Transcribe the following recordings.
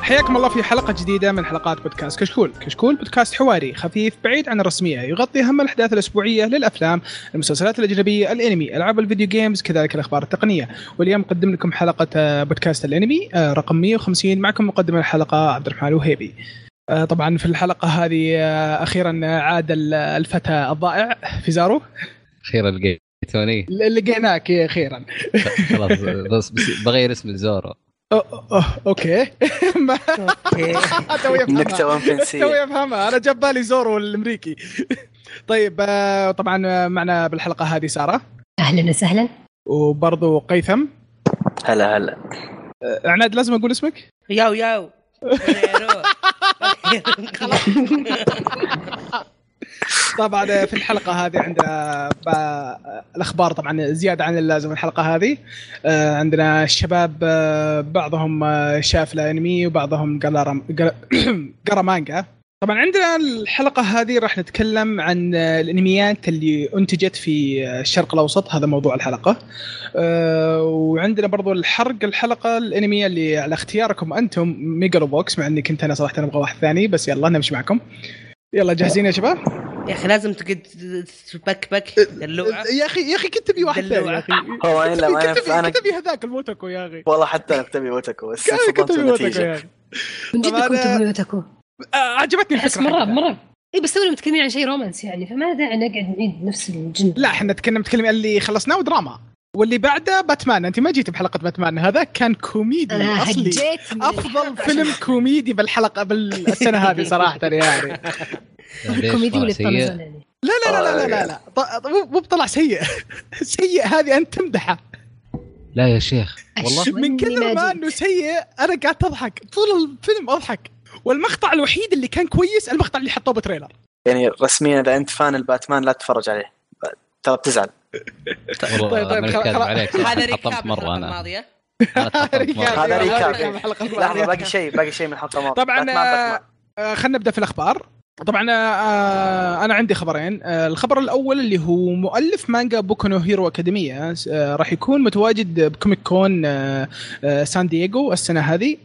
حياكم الله في حلقة جديدة من حلقات بودكاست كشكول. كشكول بودكاست حواري خفيف بعيد عن الرسمية، يغطي أهم الأحداث الأسبوعية للأفلام، المسلسلات الأجنبية، الأنمي، ألعاب الفيديو جيمز، كذلك الأخبار التقنية. واليوم نقدم لكم حلقة بودكاست الأنمي رقم 150. معكم مقدم الحلقة عبد الرحمن الوهيبي. طبعا في الحلقة هذه أخيرا عاد الفتى الضائع في زارو. أخيرا لقيتوني، لقيناك أخيرا. خلاص بس بغير اسم الزورو. اوكي. نكتة فنسية توي افهمها، انا جاب بالي زورو الامريكي. طيب طبعا معنا بالحلقه هذه ساره. اهلا وسهلا. وبرضو قيثم. هلا. عناد لازم اقول اسمك. ياو طبعا في الحلقة هذه عندنا الأخبار طبعا زيادة عن اللازم. الحلقة هذه عندنا الشباب بعضهم شاف الأنمي وبعضهم قرأ مانجا. طبعا عندنا الحلقة هذه راح نتكلم عن الأنميات اللي أنتجت في الشرق الأوسط، هذا موضوع الحلقة. وعندنا برضو الحلقة الأنمية اللي على اختياركم أنتم ميجالو بوكس، مع أني كنت أنا صراحة أبغى واحد ثاني، بس يلا نمشي معكم. يلا جاهزين يا شباب؟ يا اخي لازم تقعد بك دلوعه. يا اخي كنت بي واحد ثاني يا اخي. هو انا كنت بي هذاك الموتوكو يا اخي. والله حتى انا كنت بي موتوكو بس كنت بي موتوكو يا اخي. من جد كنت بي موتوكو. عجبتني الفكره مره. اي بس تونا متكلمين عن شيء رومانس يعني، فما داعي نقعد نعيد نفس الجن. لا احنا نتكلم اللي خلصناه دراما، واللي بعده باتمان. انت ما جيت بحلقه باتمان، هذا كان كوميدي اصلي، افضل فيلم كوميدي بالحلقه بالسنه هذه صراحه يعني. كوميدي ولا طنزان يعني؟ لا مو بطلع سيء. سيء هذه انت تمدحه. لا يا شيخ والله من كثر ما انه سيء انا قاعد اضحك طول الفيلم اضحك. والمقطع الوحيد اللي كان كويس المقطع اللي حطوه بتريلر. يعني رسميا اذا انت فان الباتمان لا تتفرج عليه، ترى بتزعل. طيب هذا ريكاب مرة الماضية. هذا ريكاب لحظة، باقي شيء من الحلقة الماضية. طبعا خلينا نبدأ في الأخبار. طبعا أنا عندي خبرين. الخبر الأول اللي هو مؤلف مانجا بوكو نو هيرو أكاديمية راح يكون متواجد بكوميك كون سان دييغو السنة هذه.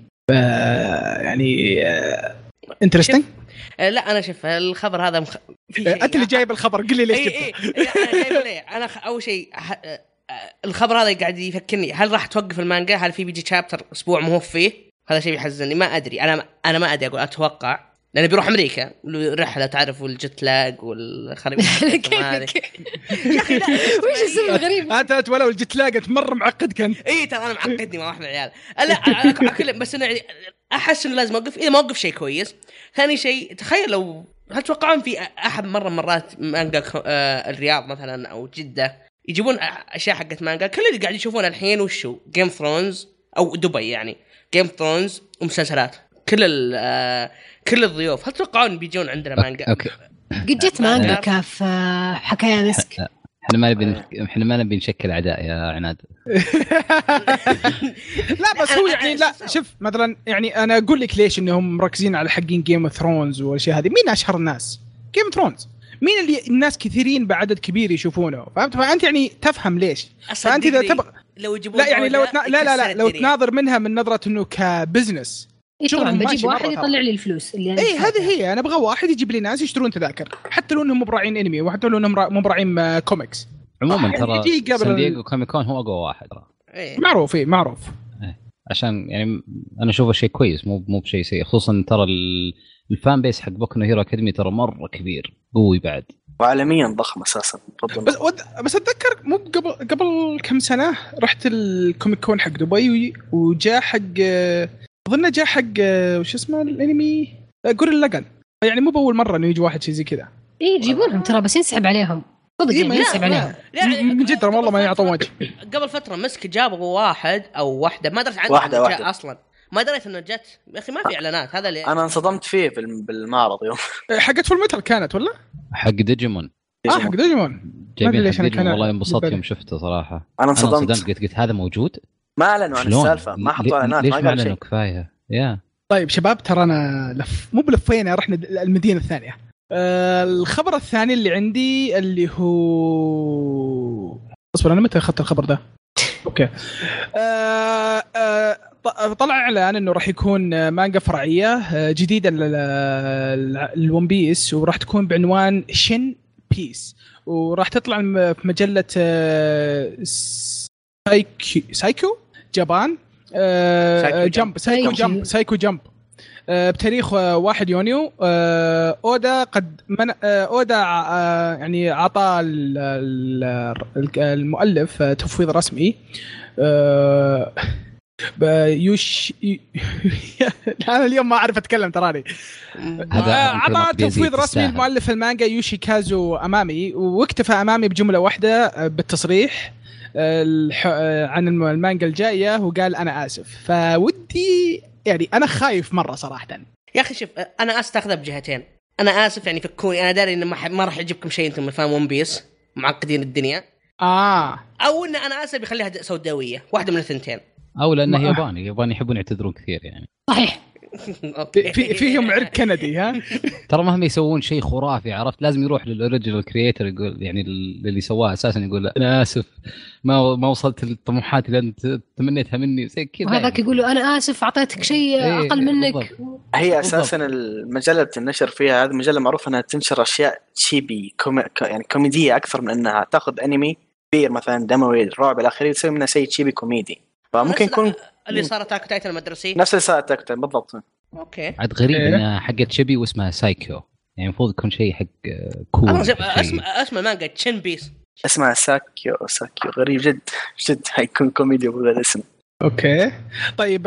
يعني انترستينج. لا انا شوف الخبر هذا انت اللي جايب الخبر، قل لي ليش جبته. انا جايبه ليه؟ انا اول شيء الخبر هذا قاعد يفكرني، هل راح توقف المانجا؟ هل في بيجي شابتر اسبوع مو فيه؟ هذا شيء يحزنني، ما ادري. انا ما ادري، اقول اتوقع لانه بيروح امريكا رحله، تعرفوا الجت لاج والخريب هذه. يا اخي لا وش السبب الغريب؟ انت ولو الجت لاج مره معقد كنت. اي ترى انا معقدني ما واحد من العيال. لا بس انا يعني احس انه لازم اوقف. اذا ما اوقف شيء كويس. ثاني شيء تخيل لو هل تتوقعون في احد مرات مانجا الرياض مثلا او جده يجيبون اشياء حقت مانجا؟ كل اللي قاعد يشوفونه الحين وشو جيم ثرونز او دبي، يعني جيم ثرونز ومسلسلات. كل الضيوف هل تتوقعون بيجون عندنا مانجا؟ اوكي قد جت مانجا كاف حكايه مسك. احنا ما نبي نشكل اعداء يا عناد. لا بس هو يعني لا شوف مثلا، يعني انا اقول لك ليش انهم مركزين على حقين جيم اوف ثرونز والاشياء هذه. مين اشهر الناس؟ جيم اوف ثرونز. مين اللي الناس كثيرين بعدد كبير يشوفونه؟ فهمت؟ فانت يعني تفهم ليش. فانت اذا تبغى لو يجيبون لا يعني لو تناظر منها من نظره انه كبزنس طبعا بجيب واحد يطلع لي الفلوس اللي اي هذه هي. انا ابغى واحد يجيب لي ناس يشترون تذاكر، حتى لو انهم مو براعين انمي وحتى لو انهم مو براعين كوميكس. عموما ترى سان دييغو كوميكون هو اقوى واحد ترى. معروف عشان يعني انا اشوفه شيء كويس، مو بشيء سيء. خصوصا ترى الفان بيس حق بوكو نو هيرو اكاديمي ترى مره كبير قوي بعد، وعالميا ضخم اساسا. بس اتذكر مو قبل كم سنه رحت الكوميك كون حق دبي وجاء حق اظن جاء حق وش اسمه الانمي جورن لاغان. يعني مو باول مره انه يجي واحد شيء زي كذا. يجيبونهم ترى بس ينسحب عليهم صدق. ينسحب عليهم من جد والله ما يعطون وجه. قبل فتره مسك جابوا واحد او واحده ما درت عنه واحدة. اصلا ما دريت انه جت يا اخي. ما في اعلانات. هذا اللي انا انصدمت فيه بالمعرض يوم. حقت فول ميتال كانت ولا حق ديجيمون؟ حق ديجيمون جايبين حق ديجيمون. والله انبسطت يوم شفته صراحه. انا انصدمت قلت هذا موجود. ما اعلنوا عن السالفه، ما حطوا اعلانات، ما قالوا شيء. كفايه طيب شباب ترى انا مو بلفينا رحنا المدينه الثانيه. الخبر الثاني اللي عندي اللي هو اصبر انا متى اخذت الخبر ده؟ اوكي. طلع اعلان انه راح يكون مانجا فرعيه جديده للون بيس، وراح تكون بعنوان شين بيس، وراح تطلع في مجله سايكو جابان، سايكو جمب بتاريخ 1 يونيو. اودا قد اودا يعني عطى المؤلف تفويض رسمي. انا اليوم ما اعرف اتكلم تراني. عطى تفويض رسمي المؤلف المانجا يوشيكازو امامي، واكتفى امامي بجمله واحده بالتصريح عن المانجا الجايه، وقال انا اسف. فودي يعني انا خايف مره صراحه يا اخي. شوف انا استاخذها بجهتين. انا اسف يعني فكوني، انا داري انه ما راح يجيبكم شيء انتم فاهم ون بيس معقدين الدنيا، او ان انا اسف يخليها سوداويه، واحده من الثنتين، او لانه ياباني يحبون يعتذرون كثير يعني. صحيح. فيهم عرق كندي ها. ترى مهما يسوون شيء خرافي عرفت لازم يروح للاوريجينال كرييتر يقول يعني اللي سواه اساسا يقول انا اسف ما وصلت للطموحات اللي انت تمنيتها مني زي كذا. وهذاك يقول له انا اسف اعطيتك شيء اقل منك. بالضبط. هي اساسا المجله بتنشر فيها، هذه مجله معروفه انها تنشر اشياء تشيبي يعني كوميديه اكثر من انها تاخذ انمي كبير مثلا دموي رعب الاخير وتسوي منها شيء تشيبي كوميدي. فممكن يكون اللي صار أتاك تايتن المدرسي نفس اللي صار أتاك تايتن بالضبط. اوكي. عاد غريب انها حقت شبي واسمها سايكو، يعني المفروض يكون شيء حق كول. اسم المانجا تشين بيس، اسمها ساكيو. غريب جد حيكون كوميديا بهذا الاسم. اوكي طيب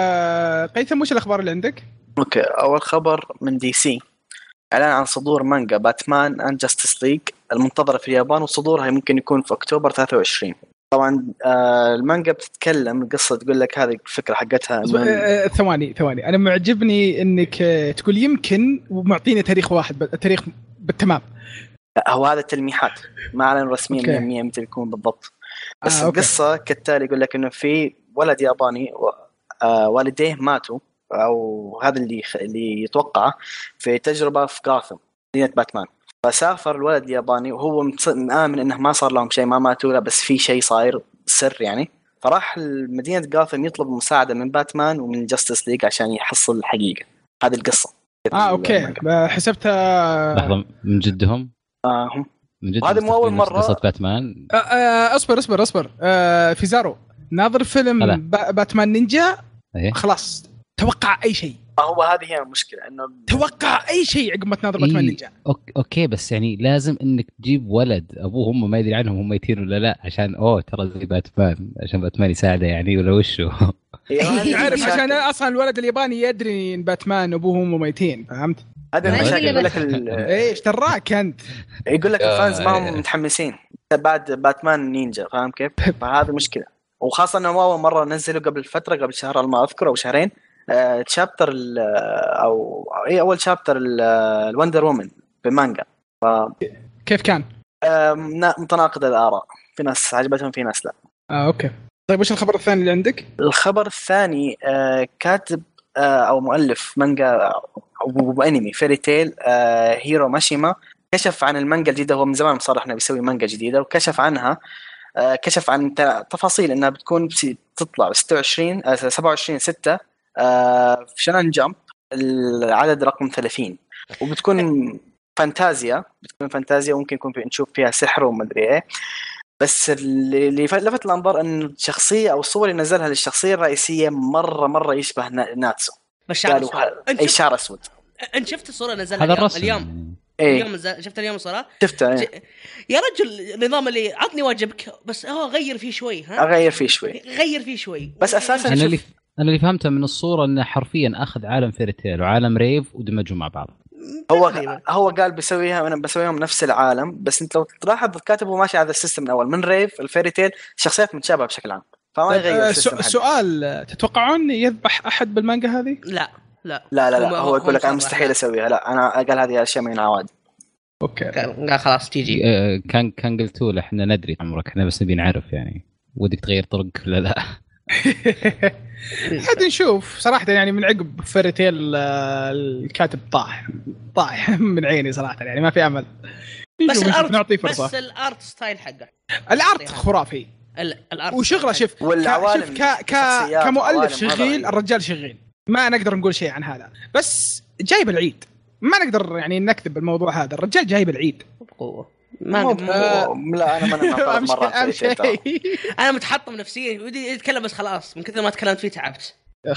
قيثم وش الاخبار اللي عندك؟ اوكي اول خبر من دي سي، اعلان عن صدور مانجا باتمان اند جاستس ليج المنتظره في اليابان، وصدورها ممكن يكون في اكتوبر 23. طبعا المانجا بتتكلم القصه تقول لك هذه الفكره حقتها ثواني انا معجبني انك تقول يمكن ومعطيني تاريخ واحد تاريخ بالتمام. هو هذا تلميحات ما اعلن رسميا 100% متى يكون بالضبط، بس القصه كالتالي يقول لك انه في ولد ياباني والديه ماتوا، او هذا اللي يتوقع في تجربه في غاثم مدينه باتمان. فسافر الولد الياباني وهو مآمن انه ما صار لهم شيء، ما ماتوا لا، بس في شيء صاير سر يعني. فراح لمدينه غاثم يطلب مساعده من باتمان ومن جاستس ليج عشان يحصل الحقيقه. هذه القصه. اوكي حسبتها لحظه من جدهم. من جد هذا مو اول مره قصه باتمان. اصبر في زارو ناظر فيلم باتمان نينجا خلاص توقع اي شيء. هو هذه هي المشكله انه توقع اي شيء عقب ما تناظر باتمان نينجا. اوكي بس يعني لازم انك تجيب ولد ابوه هم ما يدري عنهم هم ميتين ولا لا، عشان ترى زي باتمان، عشان باتمان يساعده يعني ولا وشه. عارف عشان اصلا الولد الياباني يدري ان باتمان ابوه هم ميتين، فهمت؟ هذا المشاكل. يقول لك ايش تراك انت؟ يقول لك الفانز ما هم متحمسين بعد باتمان نينجا، فاهم كيف؟ فهذه مشكله، وخاصه انه اول مره نزلوا قبل فتره، قبل شهر ما اذكر او شهرين، تشابتر او اول شابتر الوندر وومن بالمانجا. كيف كان؟ متناقض الاراء، في ناس عجبتهم في ناس لا. اوكي طيب وش الخبر الثاني اللي عندك؟ الخبر الثاني كاتب او مؤلف مانجا او انمي فيري تيل هيرو ماشيما كشف عن المانجا الجديده. هو من زمان مصرح انه بيسوي مانجا جديده، وكشف عنها، كشف عن تفاصيل انها بتكون تطلع 27/6 في شنان جامب العدد رقم 30، وبتكون فانتازيا وممكن يكون نشوف فيها سحر وما ادري ايه. بس اللي لفت الانظار ان الشخصيه او الصور اللي نزلها للشخصيه الرئيسيه مره يشبه ناتسو. اي شعر اسود. انت شفت الصوره نزلها اليوم؟ اليوم شفت اليوم صورة شفتها يا رجل. النظام اللي عطني واجبك بس غير فيه شوي. غير فيه شوي بس اساسا انا اللي فهمته من الصوره انه حرفيا اخذ عالم فيريتيل وعالم ريف ودمجهم مع بعض. هو قال بسويهم نفس العالم، بس انت لو تلاحظ الكاتب هو ماشي على السيستم الاول من ريف الفيريتيل، الشخصيات متشابهه بشكل عام فما يغير السؤال. تتوقعون يذبح احد بالمانجا هذه؟ لا هو يقول لك انا مستحيل اسويها. لا انا قال هذه اشياء من العوادي. اوكي لا خلاص تيجي. كان قلتوا له احنا ندري عمرك، احنا بس نبي نعرف يعني ودك تغير طرق ولا لا. حد نشوف صراحه يعني من عقب فيريتيل الكاتب طاح من عيني صراحه يعني ما في امل. بس نعطيه فرصه. بس الارت ستايل حقه الارت خرافي الارت وشغله شوف والعوالم شوف شخصيات كمؤلف وعوالم شغيل مرة. الرجال شغيل، ما نقدر نقول شيء عن هذا، بس جايب العيد، ما نقدر يعني نكذب بالموضوع هذا، الرجال جايب العيد بقوه. لا انا ما أهم شيء. انا متحطم نفسيا ودي يتكلم بس خلاص من كثر ما تكلمت فيه تعبت.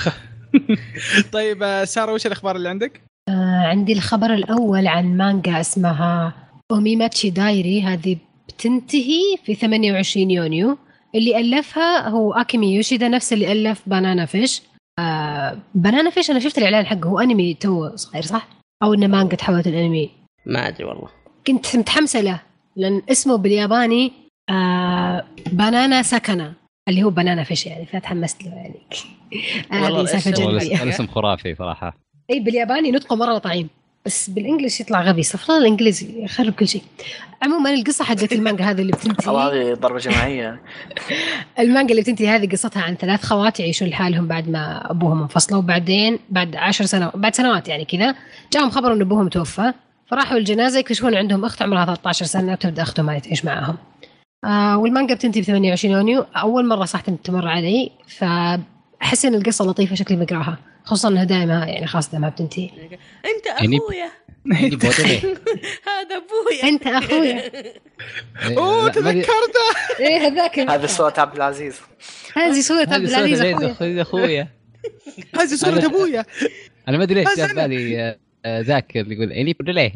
طيب سارة وش الاخبار اللي عندك؟ عندي الخبر الأول عن مانجا اسمها أوميماتشي دايري. هذه بتنتهي في 28 يونيو. اللي ألفها هو أكيمي يوشيدا، نفس اللي ألف بانانا فيش. بانانا فيش أنا شفت الإعلان حقه، هو أنمي تو صغير صح؟ أو إنه مانجا تحولت الأنمي، ما أدري والله. كنت متحمسة له لأن اسمه بالياباني بانانا ساكانا اللي هو بانانا فيش يعني، فتحمست له يعني. هذه سالفة جانبية. الاسم خرافي صراحة. اي بالياباني نطقه مره طعيم، بس بالانجليش يطلع غبي. صفر الانجليزي يخرب كل شيء. عموما القصه حقت المانجا هذه اللي بتنتهي هذه ضربه جماعيه. المانجا اللي بتنتهي هذه قصتها عن 3 خوات يعيشون لحالهم بعد ما ابوهم انفصلوا، وبعدين بعد 10 سنوات بعد سنوات يعني كذا جاهم خبر ان ابوهم توفى، فراحوا الجنازه يكتشفون عندهم اخت عمرها 13 سنه وتبدا اختهم ما تعيش معهم. والمانجا بتنتهي ب 28 يونيو. اول مره صح تمر علي، فاحس ان القصه لطيفه شكلي بقراها، خصوصا انها دائما يعني خاصه ما بتنتهي. انت اخويا هذا ابويا انت اخويا. اوه تذكرته. ايه هذاك هذا صوت عبد العزيز. هذه صوره عبد العزيز اخويا. هذه صوره ابويا. انا ما ادري ليش جاء بالي ذاك اللي يقول اني بدله.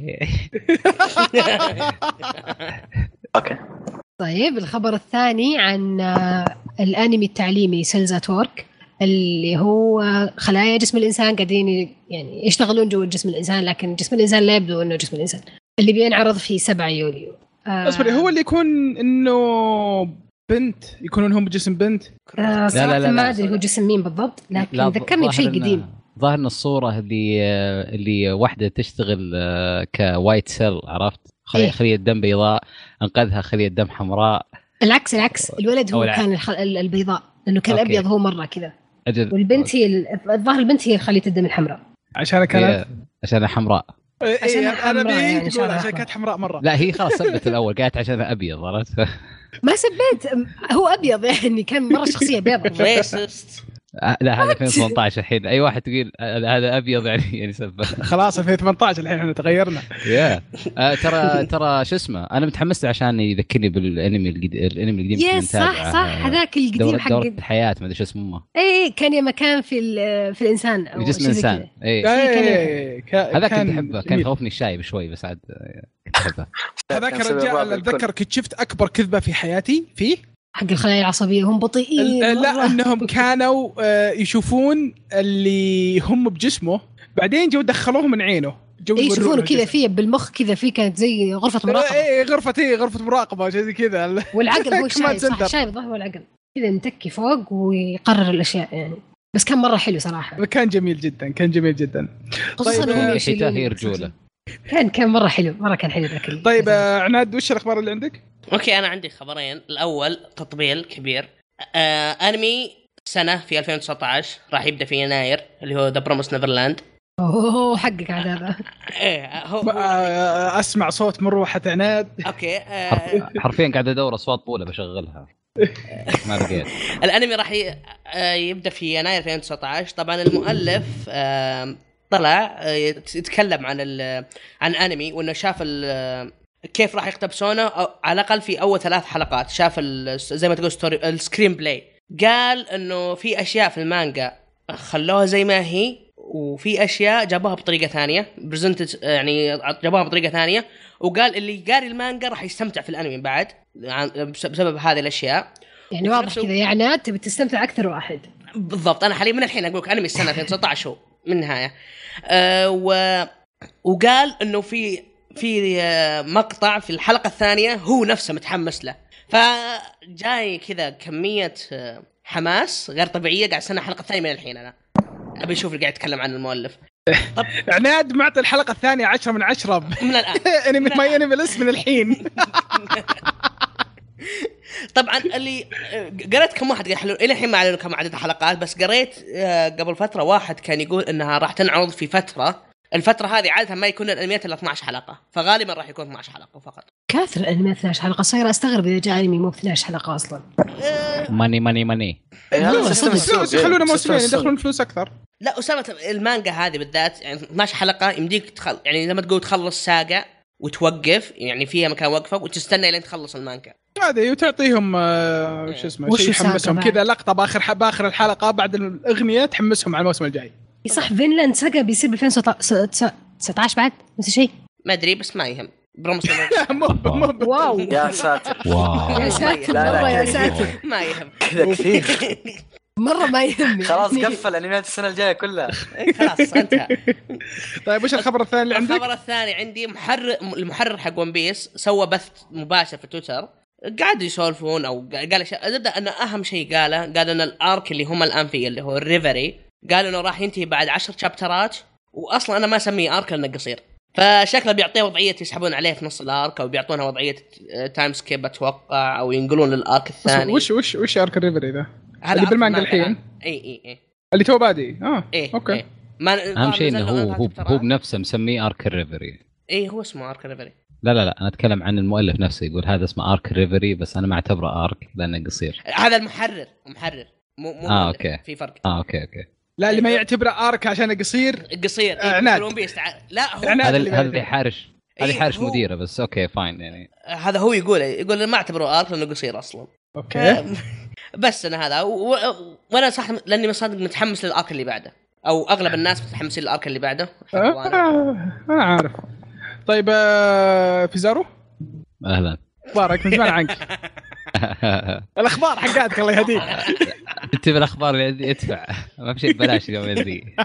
اوكي طيب الخبر الثاني عن الانمي التعليمي سيلز ات ورك، اللي هو خلايا جسم الانسان قاعدين يعني يشتغلون جوا جسم الانسان، لكن جسم الانسان لا يبدو انه جسم الانسان، اللي بينعرض في 7 يوليو. اصبري، هو اللي يكون انه بنت، يكونون هم بجسم بنت؟ لا ما ادري هو جسم مين بالضبط، لكن ذكرني بشيء قديم. ظاهر ان الصوره اللي واحده تشتغل كوايت سيل، عرفت؟ خليه دم بيضاء انقذها خليه دم حمراء. العكس الولد هو كان البيضاء، لانه كان ابيض هو مره كذا، والبنت هي الظاهر البنت هي خليه الدم الحمراء عشان كانت عشان حمراء. انا بيجي يعني تقول عشان كانت حمراء مره. لا هي خلاص سبت الاول قالت عشان ابيض، عرفت؟ ما سبيت، هو ابيض يعني كان مره شخصيه بيضاء. ريسست. لا هذا 2018 الحين اي واحد تقول هذا ابيض يعني سبه. خلاص 2018 الحين احنا تغيرنا. ترى شو اسمه، انا متحمس عشان يذكرني بالانمي القديم يا صح هذاك القديم حق الحياه، ما ادري شو اسمه. اي كان يا مكان في الانسان او جسم الانسان. هذاك كنت احبه، كان يخوفني الشايب شوي بس عاد كنت احبه. هذاك الرجال اتذكر كنت شفت اكبر كذبه في حياتي فيه حق الخلايا العصبيه، هم بطيئين. لا انهم كانوا يشوفون اللي هم بجسمه، بعدين جو دخلوه من عينه، جو يشوفونه كذا فيه بالمخ كذا فيه، كانت زي غرفه مراقبه. غرفه مراقبه زي كذا. والعقل هو شايب ظهر العقل كذا متكي فوق ويقرر الاشياء يعني. بس كان مره حلو صراحه، كان جميل جدا خصوصا طيب هي رجوله كان مره حلو، مره كان حلو ذاك. طيب عناد وش الاخبار اللي عندك؟ اوكي انا عندي خبرين. الاول تطبيل كبير، انمي سنه في 2019 راح يبدا في يناير، اللي هو ذا بروميس نيفرلاند. اوه حقك على هذا. ايه هو اسمع صوت مروحه عناد. اوكي حرفيا قاعد ادور اصوات طوله بشغلها ما لقيت. الانمي راح يبدا في يناير 2019. طبعا المؤلف طلع يتكلم عن انمي، وانه شاف كيف راح يقتبسونه، أو على الاقل في اول 3 حلقات شاف زي ما تقول ستوري السكرين بلاي. قال انه في اشياء في المانجا خلوها زي ما هي، وفي اشياء جابوها بطريقه ثانيه برزنت، يعني جابوها بطريقه ثانيه. وقال اللي قاري المانجا راح يستمتع في الانمي بعد بسبب هذه الاشياء. يعني واضح كذا يعني تبي تستمتع اكثر واحد. بالضبط. انا حاليا من الحين اقولك انمي السنه 2019 هو من النهايه. وقال انه في مقطع في الحلقه الثانيه هو نفسه متحمس له، فجاي كذا كميه حماس غير طبيعيه. قاعد استنى الحلقه الثانيه من الحين، انا ابي اشوف اللي قاعد يتكلم عن المؤلف. طب عناد معطي الحلقه الثانيه 10 من 10 من الان. انمي ما انمي الاسم من الحين. طبعا اللي قريت كم واحد قال حلو الى الحين ما اعلنوا كم عدد الحلقات، بس قريت قبل فتره واحد كان يقول انها راح تنعرض في فتره الفتره هذه عاده ما يكون الانميات الا 12 حلقه، فغالبا راح يكون 12 حلقه فقط. كاثر الانمي 12 حلقه صاير استغرب اذا جاء انمي مو 12 حلقه اصلا. ماني يخلونا موسمين يدخلون فلوس اكثر. لا أسامة المانجا هذه بالذات يعني 12 حلقه يمديك يعني لما تقول تخلص ساقة وتوقف، يعني فيها مكان وقفه وتستنى لين تخلص المانجا هذه وتعطيهم شو اسمه شيء يحمسهم كذا لقطه باخر الحلقه بعد الاغنيه تحمسهم على الموسم الجاي. صح فينلاند ساقا بيصير ب 2019 بعد نفس الشيء ما ادري بس ما يهم برمس. واو يا ساتر يا ساتر والله يا ساتر ما يهم كذا كثير. مره ما يهمني خلاص قفل انميات السنه الجايه كلها خلاص انتهى. طيب وش الخبر الثاني اللي عندك؟ الخبر الثاني عندي المحرر حق ون بيس سوى بث مباشر في تويتر، قاعد يسولفون او قال اشياء ان اهم شيء قال ان الارك اللي هم الان فيه اللي هو الريفري قال انه راح ينتهي بعد 10 شابترات، واصلا انا ما اسميه ارك لانه قصير، فشكله بيعطيه وضعيه يسحبون عليه في نص الارك او بيعطونها وضعيه تايم سكيب اتوقع، او ينقلون للارك الثاني. وش ارك الريفري ذا اللي بالمانجا الحين؟ اي اللي تو بادي اوكي إيه. اهم شيء انه هو بنفسه مسميه ارك الريفري. اي هو اسمه ارك الريفري. لا انا اتكلم عن المؤلف نفسه، يقول هذا اسمه ارك الريفري بس انا ما اعتبره ارك لانه قصير. هذا المحرر مو اوكي في فرق. اوكي لا اللي ما يعتبره ارك عشان قصير عناد. لا هو هذا حارش مديره بس اوكي فاين يعني. هذا هو يقول ما اعتبره ارك لانه قصير اصلا. اوكي بس انا هذا وانا صح لاني مصادق متحمس للارك اللي بعده، او اغلب الناس متحمسين للارك اللي بعده. انا عارف. طيب فيزارو اهلا اخبارك من زمان عنك. الاخبار حقاتك الله يهديك. انت بالاخبار اللي عندي ادفع ما في شيء ببلاش اليوم ذي.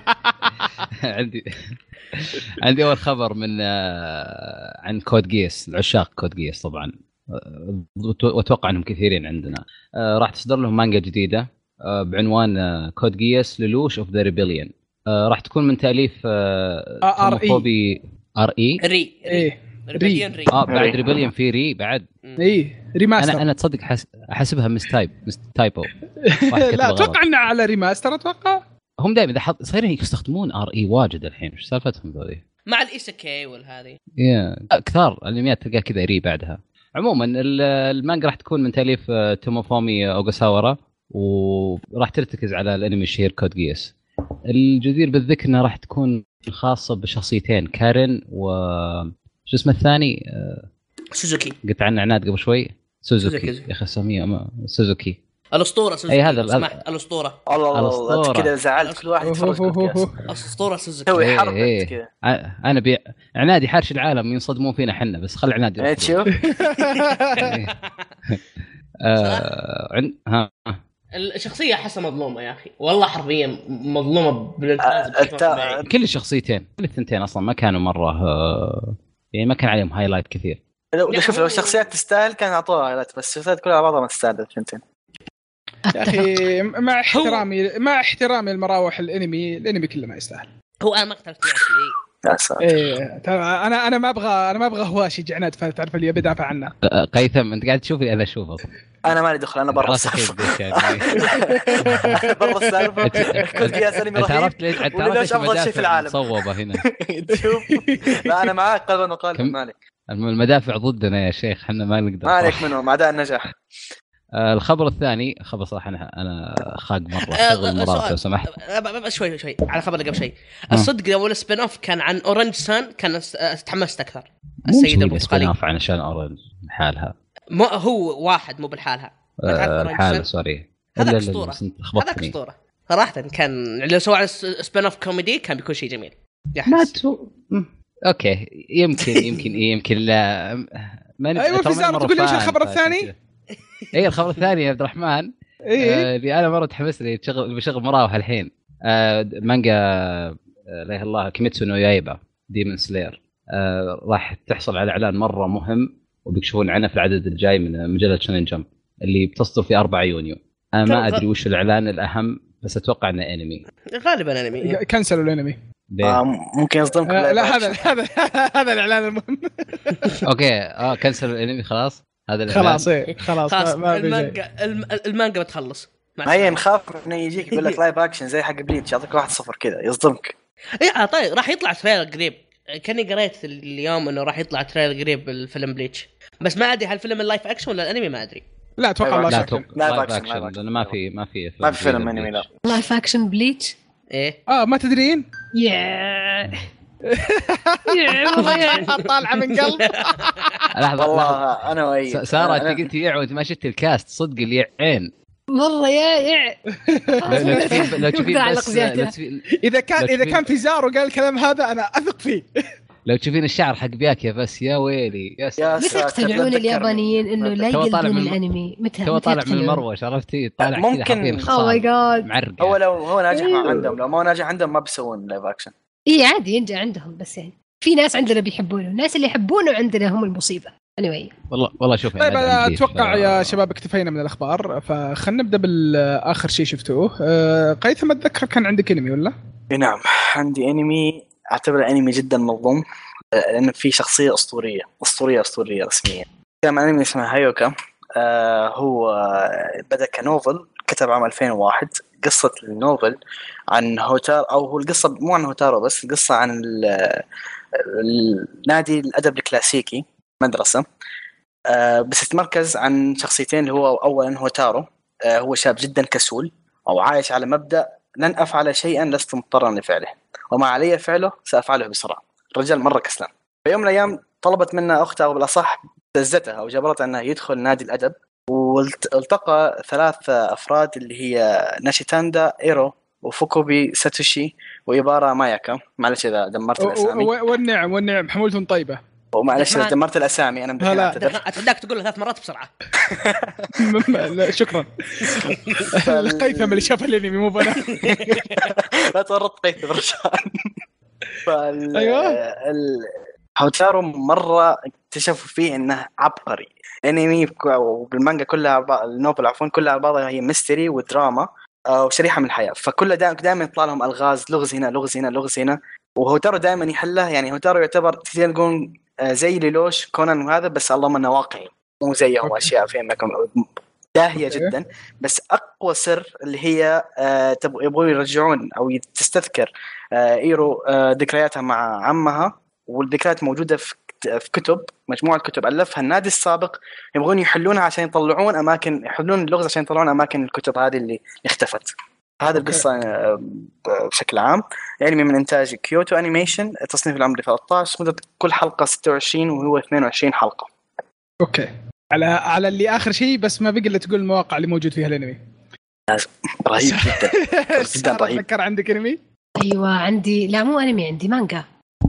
عندي اول خبر من عن كود جيس، العشاق كود جيس طبعا واتوقع انهم كثيرين عندنا. راح تصدر لهم مانجا جديده بعنوان كود جيس للوش اوف ذا ريبيليون. راح تكون من تاليف توموفوبي ري بعد ريبيليون في ري بعد. ريماستر. انا تصدق احسبها مستايبو. لا اتوقع انه على ريماستر. اتوقع هم دائما اذا صايرين يستخدمون ار اي واجد الحين. ايش سالفتهم ذولي مع الايسكي والهذه اكثر الانميات تلقى كذا ري بعدها. عموما المانجا راح تكون من تاليف توموفومي اوغاساورا، وراح ترتكز على الانمي الشهير كود جيس. الجدير بالذكر انها راح تكون خاصه بشخصيتين، كارين و شو اسمه الثاني سوزوكي. قلت عنه عناد قبل شوي. سوزوكي يا اخي سميه سوزوكي الاسطوره سوزوكي. اي هذا الاسطوره. الله كذا زعلت كل واحد يتفرج. الاسطوره سوزوكي سوي حرب كذا. انا عنادي حارش العالم ينصدمون فينا حنا، بس خلي عنادي تشوف. الشخصيه احسها مظلومه يا اخي والله حرفيا مظلومه كل الشخصيتين كل الثنتين اصلا ما كانوا مره يعني ما كان عليهم هايلايت كثير. لو شوف لو الشخصيات تستاهل كان اعطوها هايلايت، بس الشخصيات كلها على بعضها ما تستاهل الثنتين يا اخي. مع احترامي المراوح الانمي كله ما يستاهل. هو انا ما اختلفت معك انا ما ابغى هواش يجي عناد فتعرف اللي بدافع عنه. قيثم انت قاعد تشوفي انا اشوفه. انا مالي دخل انا برا السالفه. برا السالفه كنت يا سليم رهيب. تعرفت ليش افضل شيء في العالم صوبه هنا. شوف لا انا معاك قلبا وقالب مالك. المدافع ضدنا يا شيخ احنا ما نقدر. مالك منهم اعداء النجاح. الخبر الثاني خبر صراحه انا خاق مره شغل مرات لو سمحت. شوي على خبر قبل شيء. الصدق اول سبين اوف كان عن اورنج سان كان تحمست اكثر. السيد البرتقالي سبين اوف عشان اورنج حالها مو هو واحد مو بالحالها الحالة سوري. هذا اسطوره صراحه كان لو سوى سبين اوف كوميدي كان بيكون شيء جميل. اوكي يمكن لا ما ايوه في زار تقول لي وش الخبر الثاني؟ اي الخبر الثاني يا عبد الرحمن اللي انا مره تحمست لي بشغل مراوح الحين مانجا لا اله الله كيميتسو نو يايبا ديمون سلاير. راح تحصل على اعلان مره مهم وبيكشفون عنه في العدد الجاي من مجله شونين جمب اللي بتصدر في 4 يونيو. انا ما ادري وش الاعلان الاهم بس اتوقع انه انمي غالبا انمي. كنسلوا الانمي. ممكن يصدمكم. لا هذا الاعلان المهم. اوكي كنسلوا الانمي خلاص. هذا خلاص المانجا بتخلص. ما هي نخاف انه يجيك يقول لك لايف اكشن زي حق بليتش يعطيك 1-0 كذا يصدمك. اي طيب راح يطلع تريلر قريب. كاني قريت اليوم انه راح يطلع تريلر قريب الفيلم بليتش، بس ما ادري هل فيلم اللايف اكشن ولا الانمي، ما ادري. لا اتوقع لا لا لايف اكشن لانه ما في فيلم انمي. لا لايف اكشن بليتش. ايه ما تدرين يا طالعه من قلب. لحظه والله انا وأي ساره انت قلتي يع وانت ما شفت الكاست صدق اللي يعين والله يا لو تشوفين بس اذا كان في زارو قال الكلام هذا انا اثق فيه. لو تشوفين الشعر حق بياكيا بس يا ويلي متى يقتنعون اليابانيين انه لا يقدمون الانمي؟ متى طالع من المروج عرفتي طالع كذا ممكن اوه ماي جاد معرق. هو ناجح عندهم، لو ما ناجح عندهم ما بيسوون لايف اكشن. اي عادي ينجح عندهم، بس يعني في ناس عندنا بيحبونه، الناس اللي يحبونه عندنا هم المصيبه. anyway والله شوف طيب اتوقع يا شباب اكتفينا من الاخبار، فخلنا نبدا بالاخر شيء شفتوه. قيثم اتذكر كان عندك انمي ولا؟ نعم عندي انمي اعتبره انمي جدا مظلوم، لأن في شخصية أسطورية رسميا. كان أنمي اسمه هايوكا. هو بدأ كنوفل، كتب عام 2001. قصة النوفل عن هوتارو، أو هو القصة مو عن هوتارو بس، القصة عن النادي الأدب الكلاسيكي مدرسة. بس تتمركز عن شخصيتين، اللي هو أولا هوتارو. هو شاب جدا كسول، أو عايش على مبدأ لن أفعل شيئا لست مضطرا لفعله، وما علي فعله سأفعله بسرعة. رجال مرة كسلان. في يوم من الأيام طلبت منه أختها، أو بالأصح دزتها أو جبرتها أنه يدخل نادي الأدب، والتقى 3 أفراد اللي هي ناشيتاندا إيرو وفوكوبي ساتوشي وإيبارا ماياكا. معلش إذا دمرت الأسامي. والنعم حمولتهم طيبة. ومعلش إذا دمرت الأسامي أنا لا أتحداك تقول 3 مرات بسرعة. لا شكرا. قيثم اللي شاف الانمي مو بنا. لا تورط قيثم رشان. أيوة. هوتارو مرة اكتشفوا فيه إنه عبقري. انمي وبالمانجا كلها، النوفل عفوا، كلها على بعضها هي ميستري ودراما وشريحة من الحياة. فكله دائما يطلع لهم ألغاز، لغز هنا. وهوتارو دائما يحلها. يعني هوتارو يعتبر تقول زي ليلوش كونان وهذا، بس اللهم انه واقعي، مو زيهم اشياء فيهم داهية جدا. بس أقوى سر اللي هي يبغوا يرجعون أو تستذكر إيرو ذكرياتها مع عمها، والذكريات موجودة في كتب، مجموعة كتب ألفها النادي السابق. يبغون يحلونها عشان يطلعون أماكن، يحلون اللغز عشان يطلعون أماكن الكتب هذه اللي اختفت. هذا القصة بشكل عام. يعني من إنتاج كيوتو أنيميشن. تصنيف العمري 13. مدة كل حلقة 26 وهو 22 حلقة. أوكي. على اللي آخر شيء، بس ما بقى إلا تقول المواقع اللي موجود فيها الأنمي. رهيب جدا رهيب. أتذكر عندك أنمي؟ أيوة عندي. لا مو أنمي، عندي مانجا.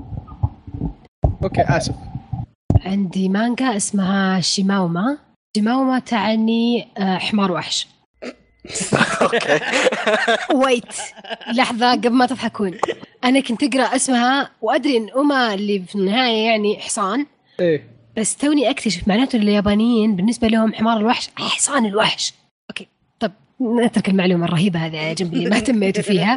أوكي آسف. عندي مانجا اسمها شيماوما تعني حمار وحش. أوكي. ويت لحظة قبل ما تضحكون، أنا كنت أقرأ اسمها وأدري إن أما اللي في النهاية يعني حصان. إيه. بس توني أكتشف معناته اليابانيين بالنسبة لهم حمار الوحش حصان الوحش. أوكي طب نترك المعلومة الرهيبة هذه على جنب اللي ما اهتميتوا فيها.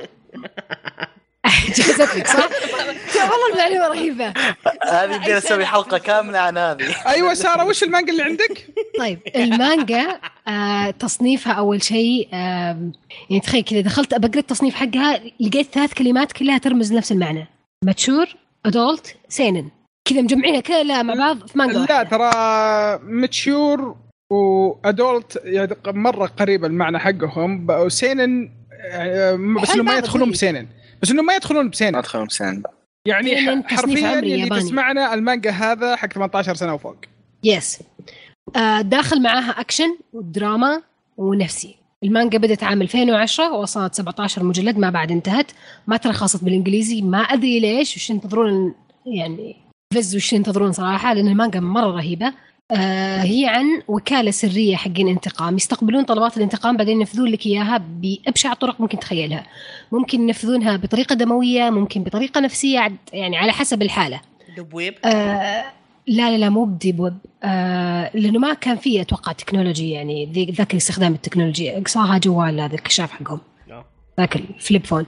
جازتك صح؟ والله المعلومة رهيبة. هذه بدنا نسوي حلقة كاملة عن هذه. أيوة سارة، وش المانجا اللي عندك؟ طيب المانجا تصنيفها أول شيء يعني تخيل كذا دخلت أبقى التصنيف حقها، لقيت 3 كلمات كلها ترمز نفس المعنى: ماتشور، أدولت، سينن. كذا مجمعينها كلها مع بعض في مانجا. لا ترى ماتشور وأدولت يعني مرة قريب المعنى حقهم، وسينن بس إنه ما يدخلون بسينن، ما يدخلون بسينن يعني حرفيا اللي تسمعنا المانجا هذا حق 18 سنة وفوق. يس. داخل معاها أكشن ودراما ونفسي. المانجا بدأت عام 2010 ووصلت 17 مجلد، ما بعد انتهت. ما ترخصت بالإنجليزي، ما أدري ليش وش ينتظرون يعني وش ينتظرون صراحة، لأن المانجا مرة رهيبة. هي عن وكالة سرية حقين انتقام، يستقبلون طلبات الانتقام بعدين ينفذون لك إياها بأبشع طرق ممكن تخيلها. ممكن ينفذونها بطريقة دموية، ممكن بطريقة نفسية، يعني على حسب الحالة. دبويب؟ لا مو بديب ويب. لأنه ما كان فيه أتوقع تكنولوجي، يعني ذاك استخدام التكنولوجيا، أقصاها جوال هذا الكشاف حقهم، ذاك الفليب فون.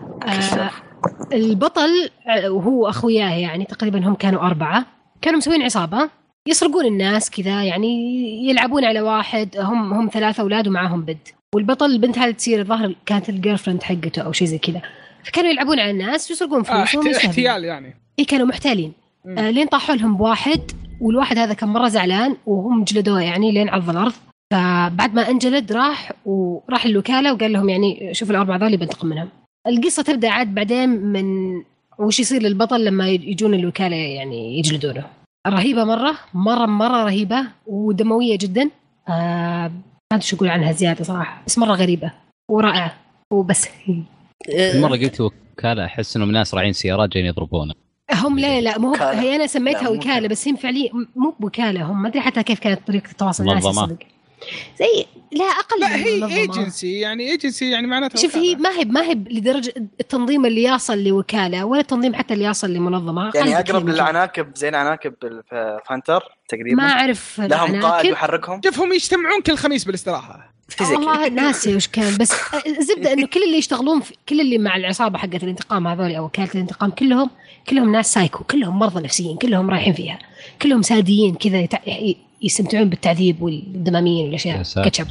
البطل وهو أخوياه يعني تقريبا هم كانوا 4، كانوا مسوين عصابة يسرقون الناس كذا، يعني يلعبون على واحد. هم 3 أولاد ومعهم بنت، والبطل البنت هذه تصير الظاهر كانت الجيرفرند حقته أو شيء زي كذا. فكانوا يلعبون على الناس ويسرقون فلوسهم احتيال يعني. اي كانوا محتالين. لين طاحوا لهم بواحد، والواحد هذا كان مرة زعلان وهم جلدوه يعني لين عض الأرض. فبعد ما انجلد راح الوكالة وقال لهم يعني شوف الأربعة ذولي بنتقم منهم. القصة تبدأ عاد بعدين من وش يصير للبطل لما يجون الوكالة يعني يجلدونه. رهيبة مرة رهيبة ودموية جدا. ما أدري شو أقول عنها زيادة صراحة، بس مرة غريبة ورائعة وبس. مرة قلت وكالة أحس إنهم ناس راعين سيارات جايين يضربونه. هم لا مو هي أنا سميتها وكالة بس هم فعليا مو بوكالة. هم ما أدري حتى كيف كانت طريقة التواصل الناس صدق زي لا أقل. لا هي ايجنسي يعني معناتها شوف هي ما هي لدرجة التنظيم اللي يصل لوكالة ولا التنظيم حتى اللي يصل لمنظمة. يعني أقرب للعناكب زي العناكب فانتر تقريبا. ما أعرف لهم قائد يحركهم. شوفهم يجتمعون كل خميس بالاستراحة. والله ناسي وش كان، بس زبدة إنه كل اللي يشتغلون كل اللي مع العصابة حقة الانتقام هذول أو وكالة الانتقام كلهم ناس سايكو، كلهم مرضى نفسيين، كلهم رايحين فيها، كلهم ساديين كذا يستمتعون بالتعذيب والدمامين والأشياء. كاتشب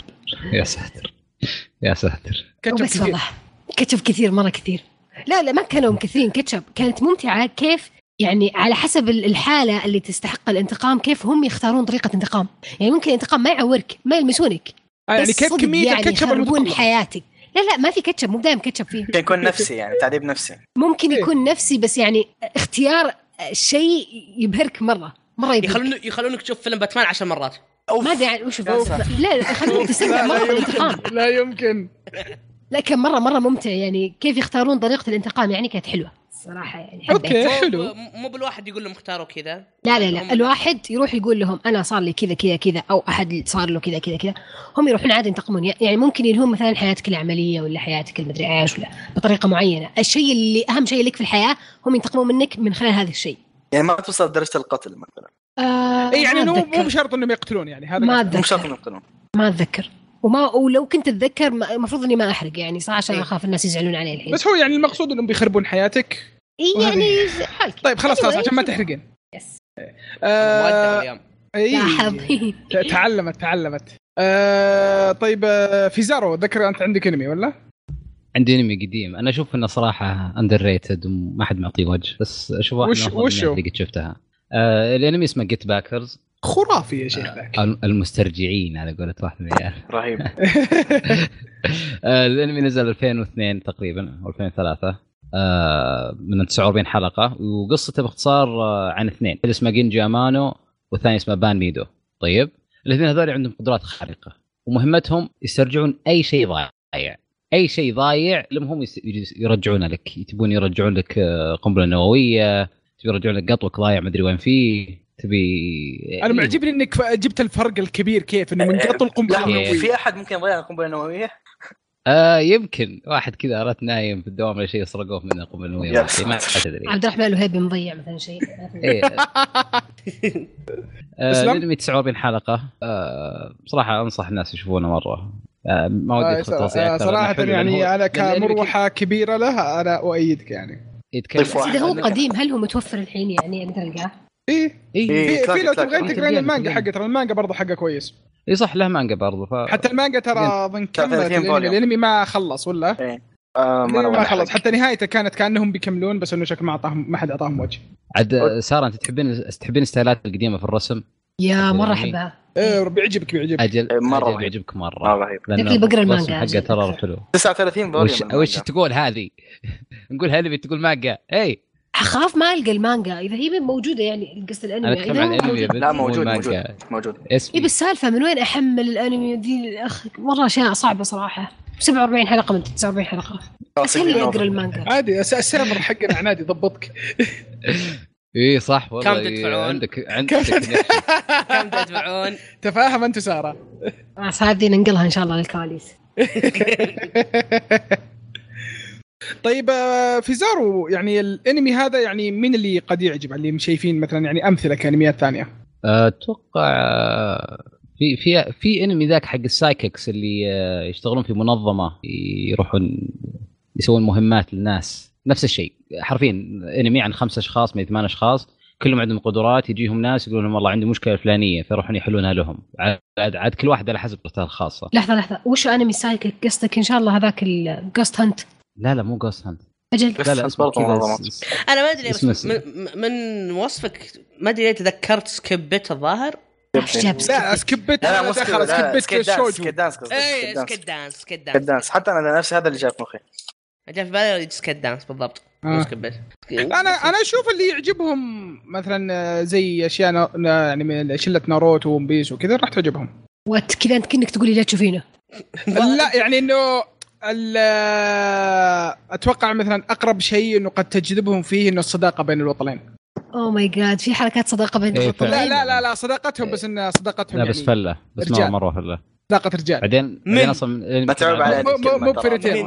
يا ساتر بس والله كاتشب كثير مرة كثير. لا ما كانوا كثيرين كاتشب، كانت ممتعة. كيف يعني على حسب الحالة اللي تستحق الانتقام كيف هم يختارون طريقة انتقام. يعني ممكن الانتقام ما يعورك ما يلمسونك يعني كيف كمية يعني الكاتشب المتطلب حياتك. لا ما في كاتشب، مو دائما كاتشب فيه. ممكن يكون نفسي يعني تعذيب نفسي. ممكن يكون نفسي بس يعني اختيار شيء يبهرك مرة يخلونك تشوف فيلم باتمان 10 مرات. ما ادري يعني وش لا يخلونك تستمتع مرة بالانتقام. لا يمكن. لا كان مرة ممتع يعني كيف يختارون طريقة الانتقام يعني كانت حلوة صراحة يعني حبيت. اوكي حلو. مو بالواحد يقول لهم اختاروا كذا. لا الواحد يروح يقول لهم انا صار لي كذا او احد صار له كذا هم يروحون عادي ينتقمون. يعني ممكن يلهم مثلا حياتك العملية ولا حياتك المدري ايش ولا بطريقة معينة. الشيء اللي اهم شيء لك في الحياة هم ينتقمون منك من خلال هذا الشيء. يعني ما توصل لدرجة القتل مثلا. يعني مو بشرط انهم يقتلون يعني هذا مو شرط انهم يقتلون. ما اتذكر ولو كنت اتذكر المفروض اني ما احرق يعني صراحة عشان اخاف الناس يزعلون علي الحين. بس هو يعني المقصود انهم بيخربون حياتك يعني طيب خلاص عشان ما تحرقين. يس تعلمت. طيب في زارو ذكر انت عندك انمي ولا؟ عندي انمي قديم انا اشوف انه صراحه اندر ريتد وما حد معطيه وجه بس اشوف واحد اللي قد شفتها. الانمي اسمه جيت باكرز. خرافي يا شيخ ذاك. المسترجعين على قولة واحد من العيال. رهيب. الانمي نزل 2002 تقريبا او 2003 من 49 حلقه وقصته باختصار عن اثنين اسمه جينجي امانو والثاني اسمه بان ميدو. طيب الاثنين هذول عندهم قدرات خارقه ومهمتهم يسترجعون اي شيء ضايع لما هم يرجعونه لك. تبون يرجعون لك قنبله نوويه، تبي يرجعون لك قطوك ضايع ما ادري وين فيه، تبي انا معجبني انك جبت الفرق الكبير كيف انه من قطو القنبله النوويه. في احد ممكن يضيع القنبله النوويه؟ يمكن واحد كذا أردت نايم في الدوام ولا شيء يسرقوه منه قنبله نوويه ما ادري. عبد الرحمن وهيب مضيع مثلا شيء. الانمي 49 حلقه. بصراحه انصح الناس يشوفونه مره. ما ودي ادخل تفاصيل اكثر صراحه يعني انا كمروحه كبيره له انا اؤيدك يعني. اذا هو قديم هل هو متوفر الحين يعني اقدر القاه؟ ايه في لو تبغى تقرا المانجا حقه ترى المانجا برضه حقه كويس. اي صح له مانجا برضه حتى المانجا ترى ظن كملت الانمي ما خلص ولا ايه ما خلص حتى نهايته كانت كانهم بيكملون بس انه شكل ما حد اعطاهم وجه. عاد ساره انت تحبين الستايلات القديمه في الرسم؟ يا مره احبها. بيعجبك اجل مره بيعجبك مره رهيب. لكن بقرا المانجا حقه ترى حلو. 39 فوليوم. وش تقول هذه؟ نقول هذه بتقول مانجا اي اخاف ما القى المانجا اذا هي موجوده يعني قصه الانمي اذا لا موجود ايه بالسالفه من وين احمل الانمي ذي مره اشياء صعبه صراحه. 47 حلقه من 49 حلقه اسهل لي اقرا المانجا عادي. السيرفر حقنا عنادي ضبطك. ايه صح والله. كم تدفعون؟ عندك كم تدفعون؟ تفاهم انت ساره. هذه ننقلها ان شاء الله للكواليس. طيب في زارو يعني الانمي هذا يعني مين اللي قد يعجب اللي شايفين مثلا يعني امثله كانميات ثانيه؟ اتوقع في انمي ذاك حق السايككس اللي يشتغلون في منظمه يروحون يسوون مهمات للناس. نفس الشيء حرفيا انمي عن 5 أشخاص من 8 أشخاص كلهم عندهم قدرات. يجيهم ناس يقولون لهم والله عندي مشكله فلانيه فيروحون يحلونها لهم. عاد كل واحد على حسب قدرته الخاصه. لحظه وش انمي سايكك قصدك؟ ان شاء الله هذاك الجوست هانت. لا مو جوست هانت. اجل لا برضه منظمات. انا ما ادري بس من وصفك ما ادري تذكرت سكيب بيت الظاهر. لا سكيبت لا مو سكيبت شوجو. سكيت دانس اي سكيت دانس حتى انا نفس هذا اللي جاء في مخي. جاء في بالي سكيت دانس بالضبط. سكيب بيت. انا اشوف اللي يعجبهم مثلا زي اشياء يعني من شله ناروتو ومبيس وكذا راح تعجبهم. كذا انت كأنك تقولي لا تشوفينه. لا يعني انه اتوقع مثلا اقرب شيء انه قد تجذبهم فيه انه الصداقه بين الوطنين. اوه ماي جاد في حركات صداقه بين الوطنين. لا صداقتهم بس ان صداقتهم لا يعني بس فله بس مره فله صداقه رجال. بعدين اصلا ما تعب على مو فريتيل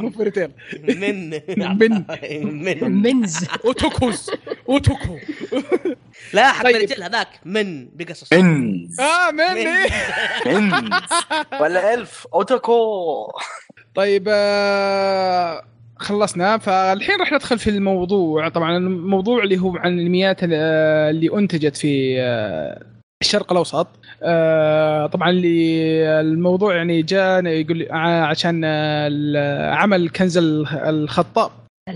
منز اوتوكو لا حق فريتيل هذاك من بقصص من ولا ألف اوتوكو. طيب خلصنا فالحين راح ندخل في الموضوع. طبعا الموضوع اللي هو عن الانميات اللي انتجت في الشرق الاوسط. طبعا الموضوع يعني جاء يقول عشان عمل كنز الحطاب.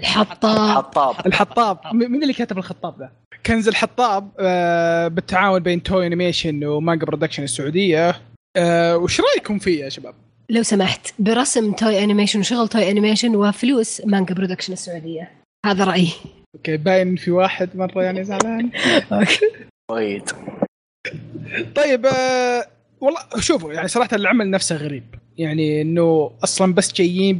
من اللي كتب الخطاب ده؟ كنز الحطاب بالتعاون بين توي انيميشن ومانجا برودكشن السعوديه. وش رايكم فيه يا شباب؟ لو سمحت برسم توي انيميشن وشغل توي انيميشن وفلوس مانجا برودكشن السعوديه، هذا رايي. اوكي باين في واحد مره يعني زعلان. اوكي طيب والله شوفوا يعني صراحه العمل نفسه غريب. يعني انه اصلا بس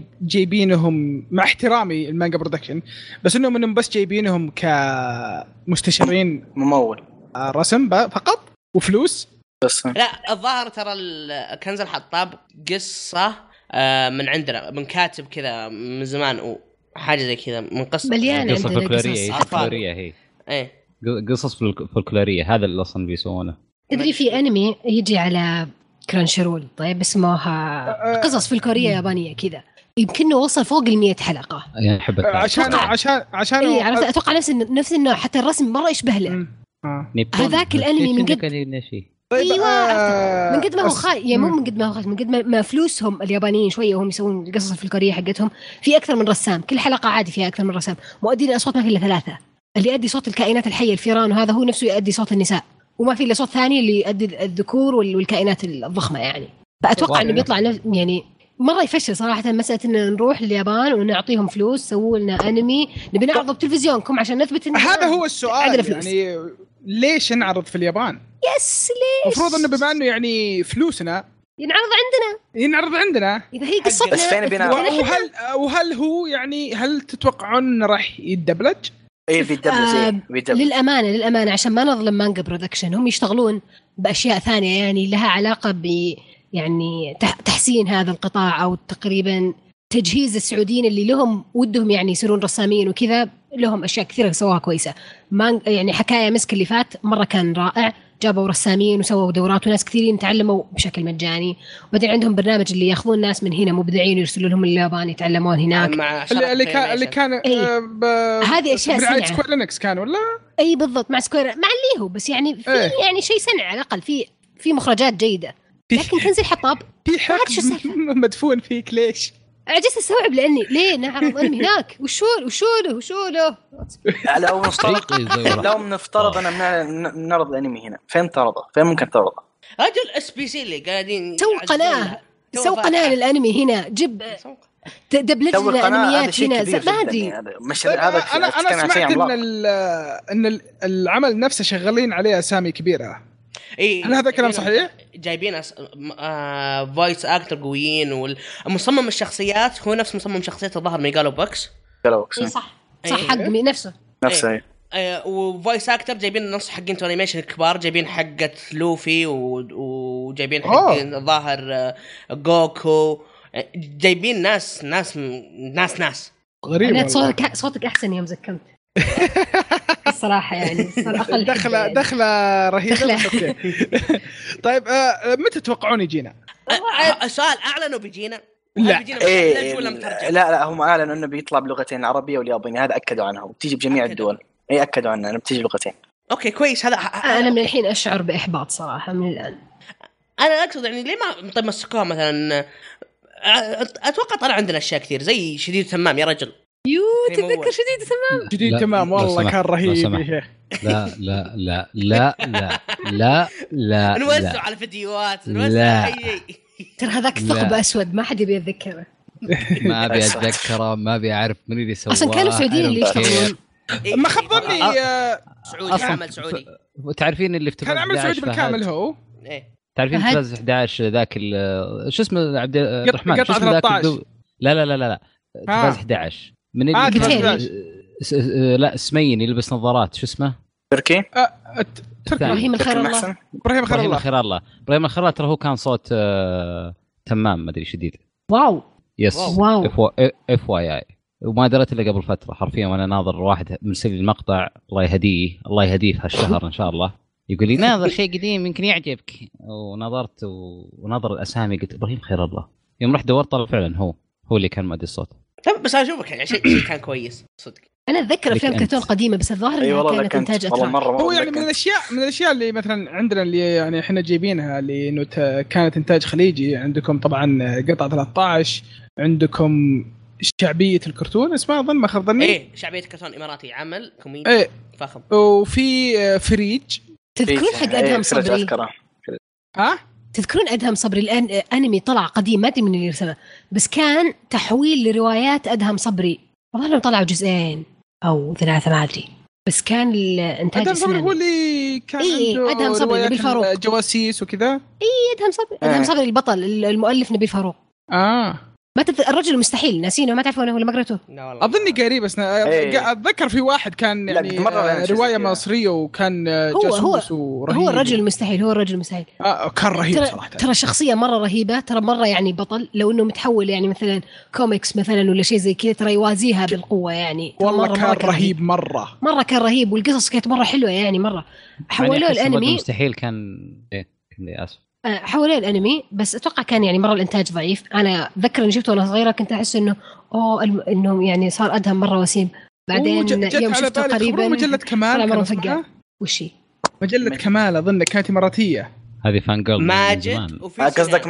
جايبينهم مع احترامي المانجا برودكشن، بس انهم بس جايبينهم كمستشارين ممول رسم فقط وفلوس بس. لا الظاهر ترى كنز الحطاب قصه من عندنا من كاتب كذا من زمان وحاجه زي كذا من قصه مليانه قصص فولكلوريه هي ايه قصص فولكلوريه. هذا اللي اصلا بيسوونه. تدري في انمي يجي على كرانشيرول طيب اسمها قصص فولكلوريه يابانيه كذا، يمكنه وصل فوق 100 حلقه. يعني حبت عشان اي عرفت. اتوقع نفس انه حتى الرسم مره يشبه له هذاك الانمي من قد طيب ايوه من قد ما هو يعني مو من قد ما هو من قد ما فلوسهم اليابانيين شويه وهم يسوون القصص الفولكلوريه حقتهم في اكثر من رسام. كل حلقه عادي فيها اكثر من رسام. مؤدين الاصوات ما في الا 3. اللي يؤدي صوت الكائنات الحيه الفيران وهذا هو نفسه يؤدي صوت النساء، وما في الا صوت ثاني اللي يؤدي الذكور والكائنات الضخمه يعني. فاتوقع انه بيطلع يعني مره يفشل صراحه مساله ان نروح لليابان ونعطيهم فلوس سووا لنا انمي نبي نعرضه بتلفزيونكم عشان نثبت ان هذا هو السؤال. يعني ليش نعرض في اليابان؟ يس ليش المفروض انه بما انه يعني فلوسنا ينعرض عندنا اذا هي قصتنا. بس فين بينا؟ وهل هو يعني هل تتوقعون راح يدبلج؟ ايه بيدبلج. للامانه عشان ما نظلم مانجا برودكشن هم يشتغلون باشياء ثانيه يعني لها علاقه يعني تحسين هذا القطاع او تقريبا تجهيز السعوديين اللي لهم ودهم يعني يصيرون رسامين وكذا. لهم اشياء كثيره سواها كويسه. يعني حكايه مسك اللي فات مره كان رائع. جابوا رسامين وسووا دورات وناس كثيرين تعلموا بشكل مجاني. وبعدين عندهم برنامج اللي ياخذون ناس من هنا مبدعين ويرسلوا لهم اليابان يتعلمون هناك. اللي كان هذه اشياء سنة سكوير لينكس كان ولا اي بالضبط مع سكوير مع اللي هو بس يعني في يعني شيء سنة على الاقل في مخرجات جيده. لكن كنز الحطاب في حق مدفون فيك. ليش عجزت استوعب لاني ليه نعرض انمي هناك وشو له لو نفترض انا نعرض الانمي هنا فين تعرضه؟ فين ممكن تعرضه؟ رجل اس بي سي اللي قاعدين سو قناه للانمي هنا جيب دبلج الانميات هنا ما ادري. انا سمعت ان العمل نفسه شغالين عليه اسامي كبيره. هل هذا كلام صحيح؟ جايبين فويس اكتر قويين والمصمم الشخصيات هو نفس مصمم شخصية الظهر ميغالو بوكس. صح حق نفسه وفويس اكتر جايبين نص حقين انيميشن كبار. جايبين حقة لوفي وجايبين حق الظاهر جوكو. جايبين ناس غريب. انا صوتك احسن يوم زكمت الصراحه يعني صار اقل دخله رهيبه. طيب متى تتوقعون يجينا؟ سؤال اعلنوا بيجينا؟ لا هم اعلنوا انه بيطلع بلغتين العربيه واليابانيه. هذا اكدوا عنها وبتيجي بجميع الدول. اكدوا عنها انه بتيجي لغتين. اوكي كويس. هذا انا من الحين اشعر باحباط صراحه من الان. انا اقصد يعني ليه ما مسكوها مثلا. اتوقع طلع عندنا اشياء كثير زي شديد تمام يا رجل. تتذكر شديد تمام. جديد تمام والله كان رهيب. لا لا لا لا لا لا لا نوزع على فيديوهات نوزع ترى هذاك ثقب اسود ما حد يتذكره. ما ابي اتذكره ما ابي اعرف من اللي سواه اصلا كانوا سعوديين اللي يشتغلون. ما خاب ظني سعودي عمل سعودي. وتعرفين اللي في كان عمل سعودي بالكامل هو. تعرفين فاز 11 ذاك شو اسمه عبد الرحمن شو اسمه ذاك لا لا لا لا فاز 11 من لا اسمين يلبس نظارات شو اسمه تركي ابراهيم الخير الله. ابراهيم الخير الله ترى هو كان صوت تمام ما ادري شديد. واو يس اف واي اي. وما دريت الا قبل فتره حرفيا وانا ناظر واحد مرسل لي المقطع الله يهديه في هالشهر ان شاء الله يقول لي ناظر شيء قديم يمكن يعجبك. ونظرت ونظر الاسامي قلت ابراهيم خير الله. يوم رحت دورت طلع فعلا هو اللي كان مؤدي الصوت. بس انا اشوفك يعني شيء كان كويس صدق. انا اتذكر افلام كرتون قديمه بس الظاهر انها كانت انتاج اطفال. هو يعني من الاشياء اللي مثلا عندنا اللي يعني احنا جايبينها اللي انه كانت انتاج خليجي. عندكم طبعا قطعه 13 عندكم شعبيه الكرتون اسمها اظن ما خاب ظني شعبيه الكرتون اماراتي عمل كوميدي فخم. وفي فريج تذكرون حق ادهم صبري تذكرون ادهم صبري الانمي طلع قديم ما ادري من اللي يرسمه بس كان تحويل لروايات ادهم صبري. والله طلعوا جزئين او 3 ما ادري بس كان الانتاج ادهم صبري هو اللي كان عنده ادهم صبري نبيل فاروق جواسيس وكذا. ادهم صبري البطل المؤلف نبيل فاروق. ما الرجل المستحيل ناسينه ما تعرفونه ولا ما قرأته؟ اظني قاري بس اتذكر في واحد كان يعني روايه مصريه وكان جاسوس ورهيب. هو الرجل المستحيل كان رهيب صراحه. ترى شخصيه مره رهيبه ترى مره يعني بطل لو انه متحول يعني مثلا كوميكس مثلا ولا شيء زي كذا ترى يوازيها بالقوه يعني. والله كان رهيب مره كان رهيب والقصص كانت مره حلوه يعني مره. حولوه الانمي مستحيل كان لي اسف حولوه الانمي بس اتوقع كان يعني مره الانتاج ضعيف. انا اتذكر اني شفته وانا صغيره كنت احس انه انه يعني صار ادهم مره وسيم. بعدين يوم شفته قريبا مجله كمال وشي مجله كمال اظن كانت اماراتيه. هذه فان جيرل ماجد قصدك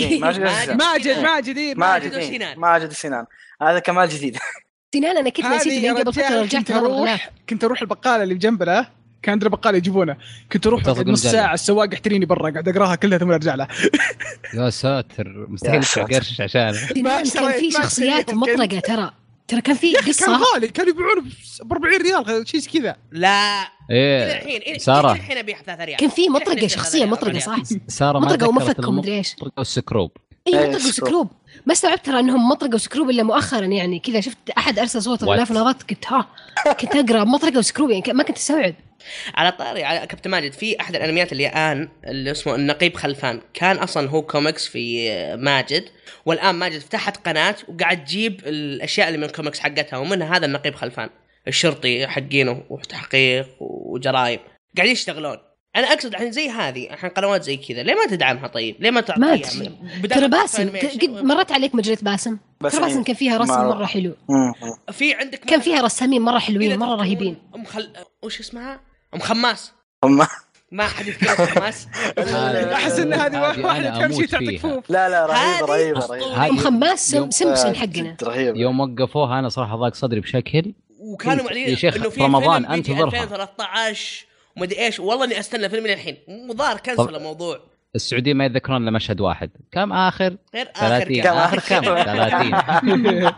ماجد وسنان هذا كمال جديد. سنان انا كنت نسيت من قبل فتره رجعت كنت اروح البقاله اللي بجنبنا كان عندنا بقاله يجيبونه كنت اروح نص ساعه السواق يحتريني برا قاعد اقراها كلها ثم ارجع لها. يا ساتر مستحيل تقرش عشانه. كان في شخصيات مطرقه ترى كان في قصه كان غالي كانوا يبيعونه ب 40 ريال شيء كذا. لا ايه ساره الحين ابيع 3 ريال. كان في مطرقه شخصيه مطرقه صح ساره مطرقه ومفك مدري ايش مطرقه والسكروب. مطرقه وسكروب ما استوعبت ترى انهم مطرقه وسكروب الا مؤخرا يعني كذا شفت احد ارسل صوت غلاف نظرت قلت كنت اقرا مطرقه وسكروب يعني ما كنت استوعب. على طاري على كابتن ماجد في احد الانميات اللي اسمه النقيب خلفان كان اصلا هو كوميكس في ماجد والان ماجد فتحت قناه وقاعد تجيب الاشياء اللي من الكوميكس حقتها ومنها هذا النقيب خلفان الشرطي حقينه وتحقيق وجرائم قاعدين يشتغلون. انا اقصد الحين زي هذه الحين قنوات زي كذا ليه ما تدعمها طيب ليه ما تعطيها ترى باسم قد مرت عليك مجله باسم ترى باسم كان فيها رسم مره حلو. في عندك كان فيها رسامين مره حلوين مره رهيبين. وش اسمها خماس ما حد يذكر خماس. احس ان هذه واحده تمشي تعطيك فوف. لا رهيبه خماس سمسم حقنا يوم وقفوها انا صراحه ضاق صدري بشكل وكانوا معلنين انه في رمضان انتظرها 2013 ومدري ايش والله اني استنى فيلم الحين مضار كنسل الموضوع. السعوديين ما يتذكرون الا مشهد واحد كم اخر غير اخر كم 30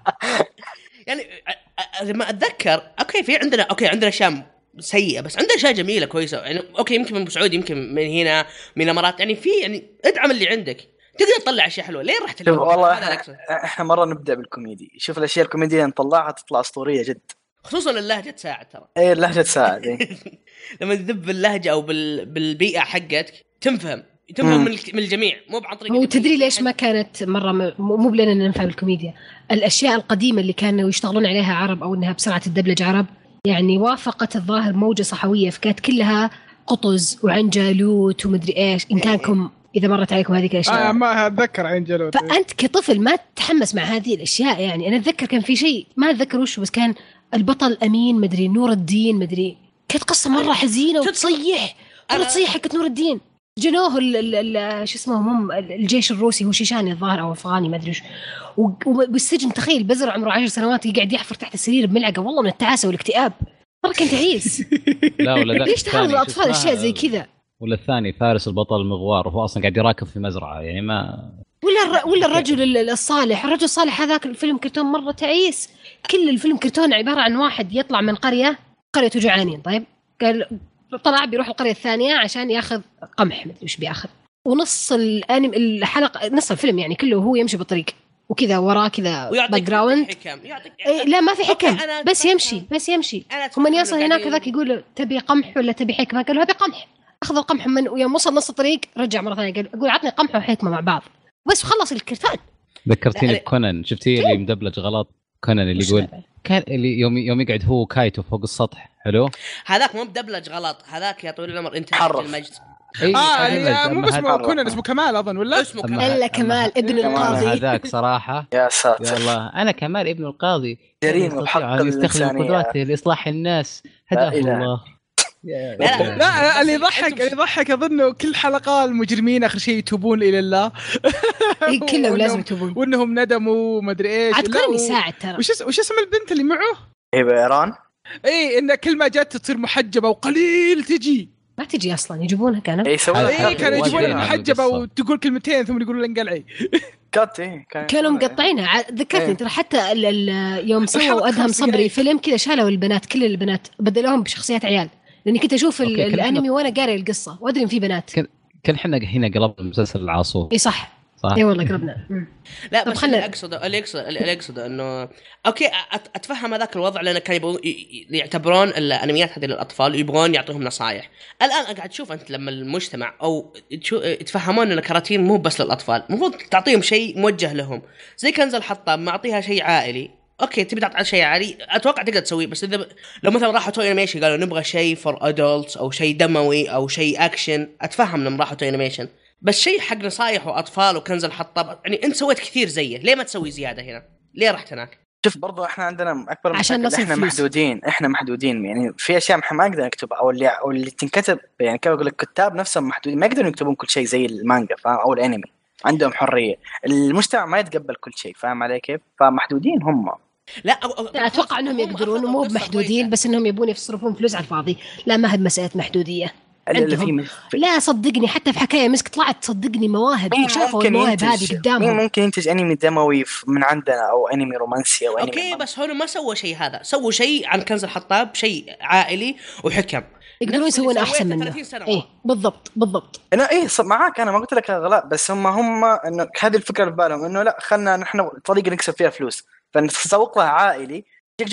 يعني ما اتذكر اوكي عندنا اشياء سيئه بس عندنا اشياء جميله كويسه يعني اوكي يمكن من سعودي يمكن من هنا من الامارات يعني في يعني ادعم اللي عندك تقدر تطلع اشياء حلوه. ليه رحت والله احنا مره نبدا بالكوميدي. شوف الاشياء الكوميديه نطلعها تطلع اسطوريه جد خصوصا اللهجه تساعد ترى. اللهجه تساعد لما تذب اللهجه او بالبيئه حقتك تفهم من الجميع مو عن طريق. وتدري ليش ما كانت مره مو بلنا ننفع بالكوميديا الاشياء القديمه اللي كانوا يشتغلون عليها عرب او انها بسرعه الدبلجه عرب يعني وافقت الظاهر موجه صحويه فكانت كلها قطز وعن جالوت ومدري ايش ان كانكم اذا مرت عليكم هذه الاشياء. ما اتذكر عن جالوت. فانت كطفل ما تتحمس مع هذه الاشياء يعني. انا اتذكر كان في شيء ما اتذكر وش بس كان البطل امين مدري نور الدين مدري كانت قصه مره حزينه وتصيح تصيح حقت نور الدين جنوه شو اسمه هم الجيش الروسي، هو شيشاني الظاهر او افغاني ما ادري ايش، وبالسجن تخيل بزر عمره 10 سنوات يقعد يحفر تحت السرير بملعقه، والله من التعاسه والاكتئاب مره كنت تعيس. لا ولا ذاك ليش تعرض الاطفال اشياء زي كذا؟ ولا الثاني فارس البطل المغوار وهو اصلا قاعد يراكب في مزرعه يعني ما ولا الرجل الصالح، الرجل الصالح هذاك الفيلم كرتون مره تعيس. كل الفيلم كرتون عباره عن واحد يطلع من قريه جوعانين، طيب قال طلع بيروح القريه الثانيه عشان ياخذ قمح مدري ايش بياخذ، ونص الحلقه نص الفيلم يعني كله هو يمشي بالطريق وكذا وراه كذا باك جراوند. لا ما في حكم، بس يمشي هم يوصل هناك ذاك يقول تبي قمح ولا تبي حكمه؟ قال له ابي قمح. اخذ القمح من ويوم وصل نص الطريق رجع مره ثانيه قال عطني قمح وحكمه مع بعض بس خلص الكرتون. ذكرتيني بكونان، شفتي اللي مدبلج غلط كونان اللي يقول كان اللي يوم يقعد هو كايتو فوق السطح حلو، هذاك مو مدبلج غلط، هذاك يا طويل العمر انت المجد. مو اسمه كونان، اسمه كمال اظن ولا اسمه كمال. الا كمال ابن القاضي هذاك صراحه يا ساتر يا الله انا كمال ابن القاضي جريمه بحق يستخدم قدراته لاصلاح الناس هداه الله. لا اللي يضحك اظنه كل حلقه المجرمين اخر شيء يتوبون الى الله. كلهم لازم يتوبون وانهم ندموا ما ادري ايش. عاد يساعد ترى. وش اسم البنت اللي معه؟ ايران. ان كل ما جت تصير محجبه وقليل تجي ما تجي اصلا يجيبونها كانوا كانوا يجيبونها محجبه وتقول كلمتين ثم يقولوا لها انقلعي. كانوا مقطعينها. ذكرتني ترى حتى يوم سووا ادهم صبري فيلم كذا شالوا البنات كل البنات بدلوهم بشخصيات عيال، لاني كنت اشوف الانمي وانا قاري القصه وادري ان في بنات. كل احنا هنا قلبنا المسلسل العاصور. اي صح اي والله قربنا. لا بس اللي اقصده انه اوكي اتفهم هذاك الوضع، لان كانوا يبغون يعتبرون الانميات هذه للاطفال ويبغون يعطوهم نصائح. الان قاعد تشوف انت لما المجتمع او يتفهمون ان الكراتين مو بس للاطفال، المفروض تعطيهم شيء موجه لهم. زي كنز الحطاب معطيها شيء عائلي، اوكي تبي تعطي شيء عالي اتوقع تقدر تسويه، بس اذا لو مثلا راحوا توي انيميشن قالوا نبغى شيء فور ادلتس او شيء دموي او شيء اكشن، اتفهم لما راحوا توي انيميشن. بس شيء حق نصايح واطفال وكنز الحطاب يعني انت سويت كثير زيه، ليه ما تسوي زياده هنا؟ ليه رحت هناك؟ شوف برضو احنا عندنا اكبر عشان احنا محدودين يعني في اشياء ما نقدر نكتبها او اللي تنكتب يعني كيف اقول لك الكتاب نفسهم محدودين ما يقدرون يكتبون كل شيء زي المانجا او الانمي، عندهم حريه، المجتمع ما يتقبل كل شيء، فاهم علي كيف؟ فمحدودين هم. لا اتوقع انهم يقدرون ومو محدودين بس انهم يبون يصرفون فلوس على الفاضي. لا ما هي مساله محدوديه لا صدقني حتى في حكايه مسك طلعت صدقني مواهب وشافوا المواهب هذه قدامهم. ممكن ينتج انمي دموي من عندنا او انمي رومانسي او انمي اوكي بس هون ما سووا شيء، هذا سووا شيء عن كنز الحطاب، شيء عائلي وحكم يقدرون يسوون احسن منه. ايه بالضبط انا معاك، انا ما قلت لك غلاء، بس هم انه هذه الفكره في بالهم انه لا خلنا نحن طريقه نكسب فيها فلوس فنسوق لها عائلي.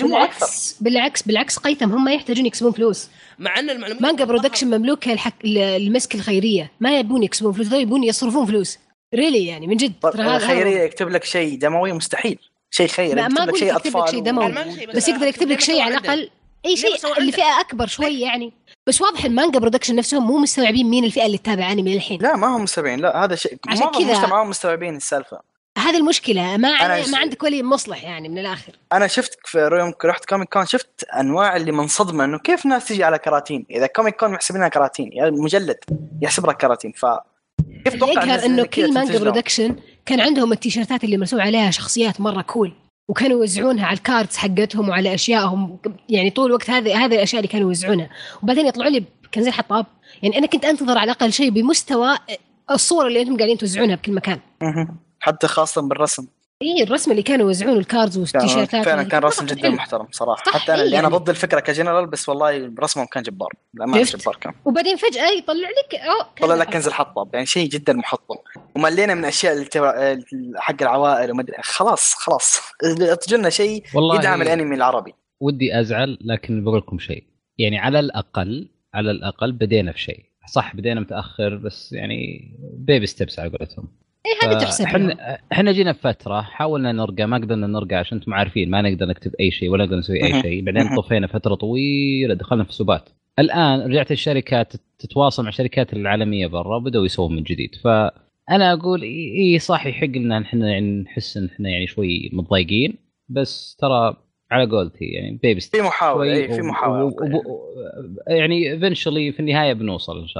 بالعكس قيثم هم يحتاجون يكسبون فلوس، مع ان المعلومات مانجا برودكشن مملوك المسك الخيريه، ما يبون يكسبون فلوس، يبون يصرفون فلوس ريلي يعني من جد. ترى هذا خيريه يكتب لك شيء دموي مستحيل، شيء خيري يكتب لك شيء اطفال شيء دموي بس يقدر يكتب لك شيء على الاقل اي شيء اللي فئه اكبر شوي يعني. بس واضح المانجا برودكشن نفسهم مو مستوعبين مين الفئه اللي تتابع انمي للحين. لا ما هم مستوعبين، لا هذا شيء معظم المجتمع مستوعبين السالفه. هذه المشكله ما عندك ولي مصلح يعني من الاخر. انا شفت في يوم رحت كوميك كون شفت انواع اللي منصدمه انه كيف ناس تجي على كراتين، اذا كوميك كون محسبينها كراتين يعني مجلد يحسبها كراتين، ف كيف توقع انه كل مانجا برودكشن كان عندهم التيشيرتات اللي مرسوم عليها شخصيات مره كول وكانوا يوزعونها على الكاردز حقتهم وعلى اشيائهم يعني طول الوقت. هذه الاشياء اللي كانوا يوزعونها وبعدين يطلعوا لي كنز الحطاب. يعني انا كنت انتظر على الاقل شيء بمستوى الصوره اللي انتم قاعدين توزعونها بكل مكان، حتى خاصه بالرسم. ايه الرسم اللي كانوا يوزعون الكاردز والتيشيرتات فعلا كان رسم جدا محترم صراحه. حتى انا اللي يعني. انا ضد الفكره كجنرال بس والله رسمهم كان جبار، لا ما جبار كان. وبعدين فجاه يطلع لك طلع لك كنز الحطاب يعني شيء جدا محطم وملينا من اشياء حق العوائل وما ادري. خلاص اتجلنا شيء يدعم الانمي العربي. ودي ازعل لكن بقول لكم شيء يعني على الاقل بدينا في شيء صح، بدينا متاخر بس يعني بيبي ستيبس على قولتهم. ايه هذه تحسب. احنا جينا فتره حاولنا نرقى ما قدرنا نرقى عشان انتم عارفين ما نقدر نكتب اي شيء ولا نقدر نسوي اي شيء. بعدين طفينا فتره طويله دخلنا في سبات. الان رجعت الشركات تتواصل مع الشركات العالميه برا وبداوا يسوون من جديد. فانا اقول اي صح يحق لنا احنا يعني نحس ان احنا يعني شوي متضايقين بس ترى على قولتي يعني بيبي في محاوله في محاوله يعني eventually في النهايه بنوصل ان شاء الله.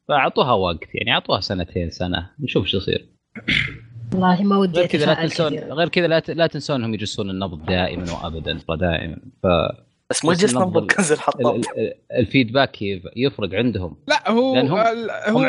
فاعطوها وقت يعني اعطوها 2 سنه نشوف شو يصير. والله ما ودي غير كذا لا أتفائل تنسون كثير. غير كذا لا تنسون انهم يجلسون النبض دائما وابدا دائما. بس مو جلس نبض كنزل حطاب. الفيدباك يفرق عندهم. لا هو هو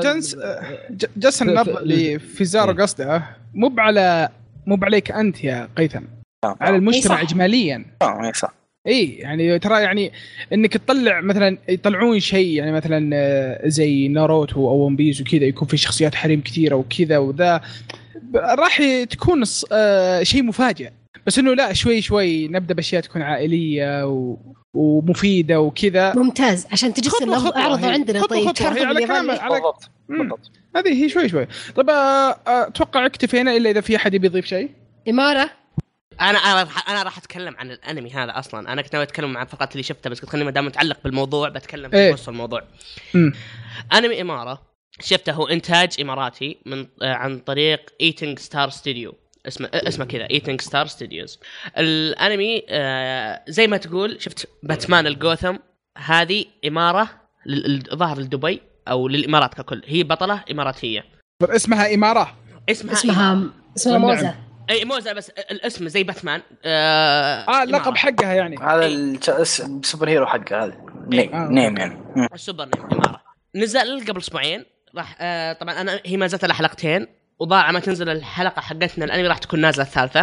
جلس النبض اللي في زارو قصده مو عليك انت يا قيثم، على المجتمع اجماليا. صح. اي يعني ترى يعني انك تطلع مثلا يطلعون شيء يعني مثلا زي ناروتو او ون بيس وكذا يكون في شخصيات حريم كثيره وكذا وذا راح تكون شيء مفاجئ. بس انه لا شوي نبدا باشياء تكون عائليه ومفيده وكذا. ممتاز عشان تجس النبض اعرضوا عندنا. طيب تعرضوا بالياباني بالضبط. هذه هي شوي. طيب اتوقع اكتفينا الا اذا في احد يبي يضيف شيء. إمارة. انا راح اتكلم عن الانمي هذا. اصلا انا كنت ناوي اتكلم عن الفقرات اللي شفتها بس كنت خليني ما دام متعلق بالموضوع بتكلم في نص الموضوع. انمي إمارة شفته هو انتاج اماراتي من عن طريق ايتنج ستار ستوديو. اسمه كذا ايتنج ستار ستوديوز. الانمي زي ما تقول شفت باتمان الجوثم، هذه إمارة الظاهر لدبي او للامارات ككل. هي بطلة اماراتية اسمها إمارة. اسمها موزة. اي موزة بس الاسم زي باتمان. اللقب حقها يعني هذا السوبر هيرو حقها هذا نيم يعني السوبر نيم إمارة. نزل قبل اسبوعين راح طبعا انا هي ما زالت لها حلقتين وضاع ما تنزل الحلقة حقتنا الانمي راح تكون نازلة الثالثة.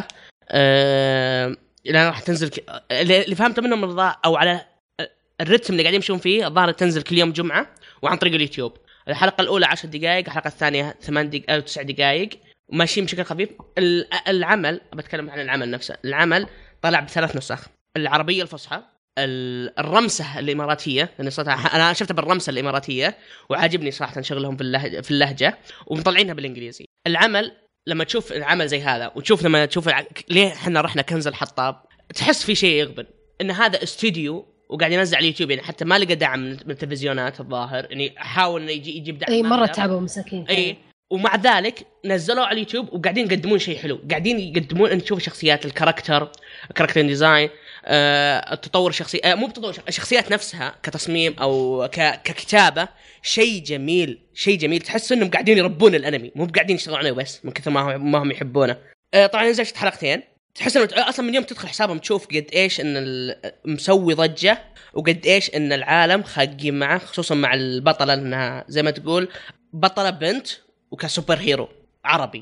لأن راح تنزل اللي فهمته منهم الضاع او على الرتم اللي قاعدين يمشون فيه الظاهر تنزل كل يوم جمعة وعن طريق اليوتيوب. الحلقة الأولى 10 دقائق، الحلقة الثانية 8 دقائق أو 9 دقائق وماشيين بشكل خفيف. العمل بتكلم عن العمل نفسه. العمل طلع ب3 نسخ: العربية الفصحى، الرمسة الإماراتية لأن صراحة أنا شفتها بالرمسة الإماراتية وعاجبني صراحة شغلهم في اللهجة ومطلعينها بالإنجليزي. العمل لما تشوف العمل زي هذا وتشوف لما تشوف ليه إحنا رحنا كنز الحطاب تحس في شيء يغبن إن هذا استوديو وقاعد ينزل على اليوتيوب يعني حتى ما لقى دعم من التلفزيونات الظاهر يعني حاول إنه يجيب دعم. أي مرة تعبوا مساكين. أي ومع ذلك نزلوا على اليوتيوب وقاعدين يقدمون شيء حلو. قاعدين يقدمون أن تشوف شخصيات الكاركتر ديزاين التطور الشخصي مو بتطور الشخصيات نفسها كتصميم أو ككتابة. شيء جميل تحس إنهم قاعدين يربون الأنمي مو قاعدين يشتغلون عليه بس من كثر ما هم يحبونه. طبعا نزلت حلقتين تحس إنه أصلا من يوم تدخل حسابهم تشوف قد إيش إن مسوي ضجة وقد إيش إن العالم خاقين معه خصوصا مع البطلة إنها زي ما تقول بطلة بنت وكسوبر هيرو عربي.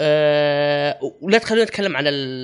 ولا تخلونا نتكلم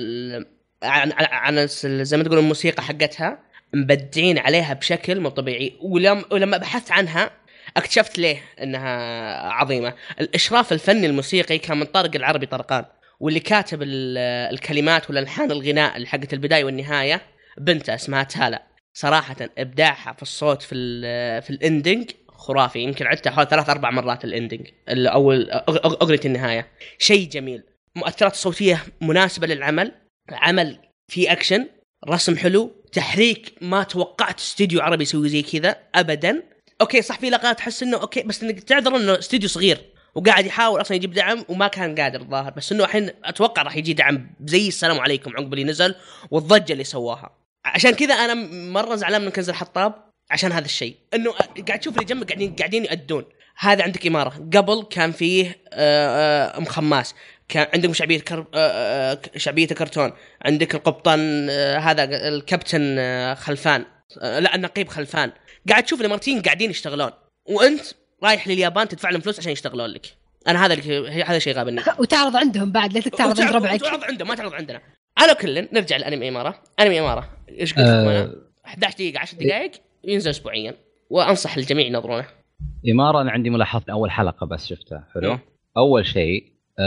عن زي ما تقول الموسيقى حقتها مبدعين عليها بشكل مو طبيعي. ولما بحثت عنها اكتشفت ليه انها عظيمة. الاشراف الفني الموسيقي كان من طارق العربي طرقان واللي كاتب الكلمات والالحان الغناء اللي حقت البداية والنهاية بنته اسمها تالا. صراحة ابداعها في الصوت في الاندنج خرافي. يمكن عدتها حوالي 3-4 مرات الاندنج الاول اغنية النهاية. شيء جميل. مؤثرات صوتية مناسبة للعمل. عمل فيه اكشن رسم حلو تحريك ما توقعت استوديو عربي يسوي زي كذا ابدا. اوكي صح في لقطات تحس انه اوكي بس انك تعذر انه استوديو صغير وقاعد يحاول اصلا يجيب دعم وما كان قادر الظاهر. بس انه الحين اتوقع راح يجي دعم زي السلام عليكم عقب اللي نزل والضجة اللي سواها. عشان كذا انا مرة زعلان من كنز الحطاب عشان هذا الشيء انه قاعد تشوف اللي جنبك قاعدين يؤدون. هذا عندك إمارة قبل كان فيه مخماس كان عندك شعبية كرتون. عندك القبطان هذا الكابتن خلفان لا النقيب خلفان. قاعد تشوف الإماراتيين قاعدين يشتغلون وأنت رايح لليابان تدفع لهم فلوس عشان يشتغلون لك. أنا هذا شيء غابني. وتعرض عندهم بعد لا تعرض عند ربعك. تعرض عندهم ما تعرض عندنا. على كل نرجع لأنمي إمارة. أنمي إمارة إيش قلت لكم 11 دقيقة 10 دقائق ينزل أسبوعيا وأنصح الجميع ينظرونه. إمارة أنا عندي ملاحظة أول حلقة بس شفتها حلو. أول شيء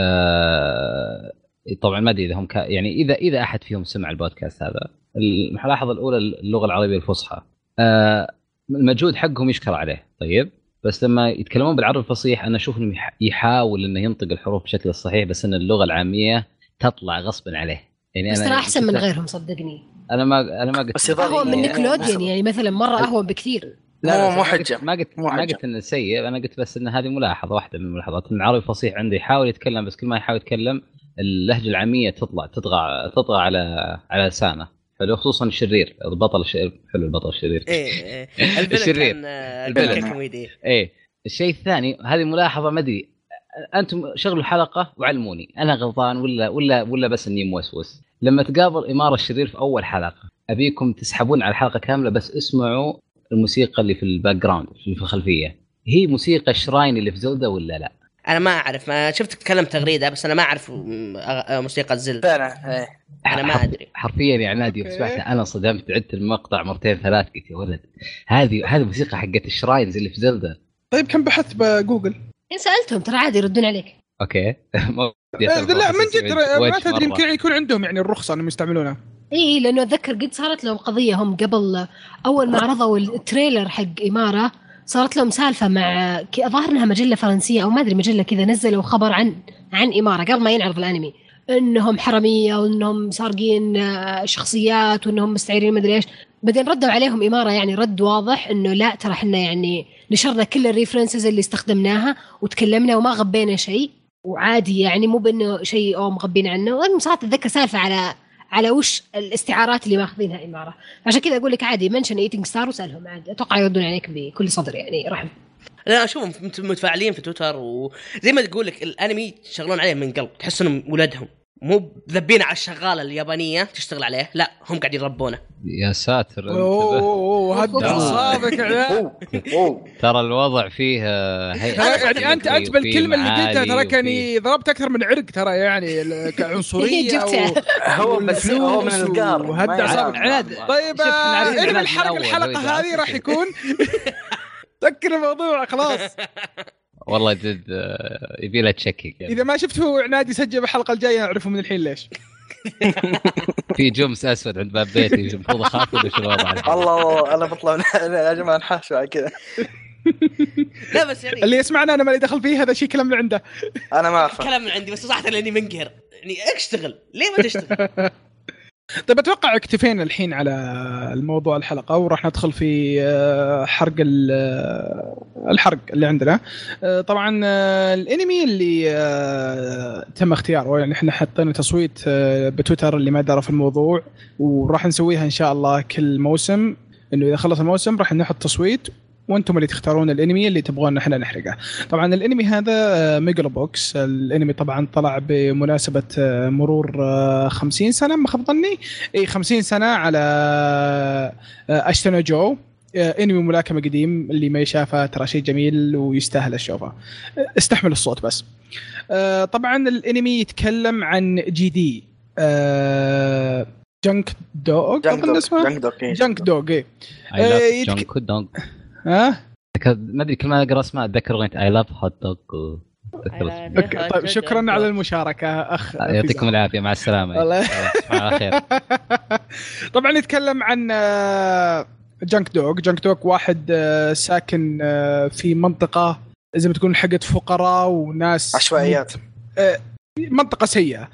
طبعا ما أدري إذا هم يعني إذا أحد فيهم سمع البودكاست هذا الملاحظة الأولى اللغة العربية الفصحى المجهود حقهم يشكر عليه. طيب بس لما يتكلمون بالعربي الفصيح أنا أشوف إنه يحاول إنه ينطق الحروف بشكل الصحيح بس إن اللغة العامية تطلع غصبا عليه. يعني بس ترى أحسن من غيرهم صدقني. أنا ما قلت بس أهون من نيكلوديان يعني مثلا مرة أهون بكثير. لا مو حجة. ما قلت إنه سيء. أنا قلت بس إن هذه ملاحظة واحدة من الملاحظات إن العربي الفصيح عنده يحاول يتكلم بس كل ما يحاول يتكلم اللهجة العامية تطغى على لسانه. فلو خصوصا الشرير البطل حلو البطل الشرير. الشرير البطل كوميدي. الشيء الثاني هذه ملاحظه ما ادري انتم شغلوا حلقه وعلموني انا غلطان ولا بس اني موسوس. لما تقابل إمارة الشرير في اول حلقه ابيكم تسحبون على الحلقه كامله بس اسمعوا الموسيقى اللي في الباك جراوند اللي في الخلفيه، هي موسيقى الشراين اللي في زلدة ولا لا؟ انا ما اعرف، ما شفت تكلم تغريده بس انا ما اعرف موسيقى الزلدة فعلا. انا ما ادري حرفيا يا عنادي سمعتها انا صدمت، عدت المقطع مرتين ثلاث قلت يا ولد هذه موسيقى حقت الشراينز اللي في زلدة. طيب كم بحثت بجوجل؟ إن سألتهم ترى عادي يردون عليك. اوكي لا من جد ما تدري يمكن يكون عندهم يعني الرخصه انهم يستعملونها. اي لانه اتذكر قد صارت لهم قضيه هم قبل اول ما عرضوا التريلر حق إمارة، صارت لهم سالفه مع ظاهر انها مجله فرنسيه او ما ادري مجله كذا، نزلوا خبر عن إمارة قبل ما ينعرض الانمي انهم حراميه وانهم سارقين شخصيات وانهم مستعيرين ما ادري ايش. بعدين ردوا عليهم إمارة يعني رد واضح انه لا ترى احنا يعني نشرنا كل الريفرنسز اللي استخدمناها وتكلمنا وما غبينا شيء وعادي، يعني مو بانه شيء او مغبين عنه. وانا صارت اتذكر سالفه على وش الاستعارات اللي ماخذينها إمارة، عشان كذا اقول لك عادي منشن ايتنج ستار وسالهم عادي، اتوقع يردون عليك بكل صدر يعني رحم. لا اشوفهم متفاعلين في تويتر وزي ما تقول لك الانمي يشتغلون عليه من قلب، تحس انهم ولادهم مو ذبين على الشغاله اليابانيه تشتغل عليه، لا هم قاعدين يربونه. يا ساتر هدى اعصابك ترى الوضع فيه يعني انت بالكلمه اللي قلتها ترى كاني ضربت اكثر من عرق ترى يعني كعنصريه هو بس هو من القار وهدى اعصابك عناد. طيب انمي الحلقه هذه راح يكون سكر الموضوع خلاص والله جد يبي له تشكك يعني. اذا ما شفته عناد يسجل بالحلقه الجايه نعرفه من الحين ليش. في جمس اسود عند باب بيتي المفروض اخاف ولا شو الوضع؟ الله انا بطلع يا جماعه نحاش على كذا. لا بس يعني اللي يسمعنا انا ما لي دخل فيه، هذا شيء كلام من عنده انا ما اعرف كلام من عندي بس صراحه لاني منقهر يعني اشتغل ليه ما تشتغل. طيب اتوقع اكتفينا الحين على الموضوع الحلقه وراح ندخل في حرق الحرق اللي عندنا. طبعا الانمي اللي تم اختياره يعني احنا حطينا تصويت بتويتر اللي ما دار في الموضوع، وراح نسويها ان شاء الله كل موسم انه اذا خلص الموسم راح نحط تصويت وانتم اللي تختارون الانمي اللي تبغون احنا نحرقه. طبعا الانمي هذا ميجالو بوكس. الانمي طبعا طلع بمناسبه مرور 50 سنه ما خاب ظني، اي 50 سنه على اشتنا جو، انمي ملاكمه قديم اللي ما يشافه ترى شيء جميل ويستاهل الشوفه، استحمل الصوت بس. طبعا الانمي يتكلم عن جي دي جانك دوغ اظن اسمه جانك دوغ. جانك دوغ ما ادري كل ما اقرا اسماء اتذكر اغنيه اي لاف هوت دوغ. طيب شكرا على المشاركه اخ، يعطيكم العافيه مع السلامه على خير. طبعا نتكلم عن جانك دوغ واحد ساكن في منطقه زي ما تكون حقت فقراء وناس عشوائيات، منطقه سيئه.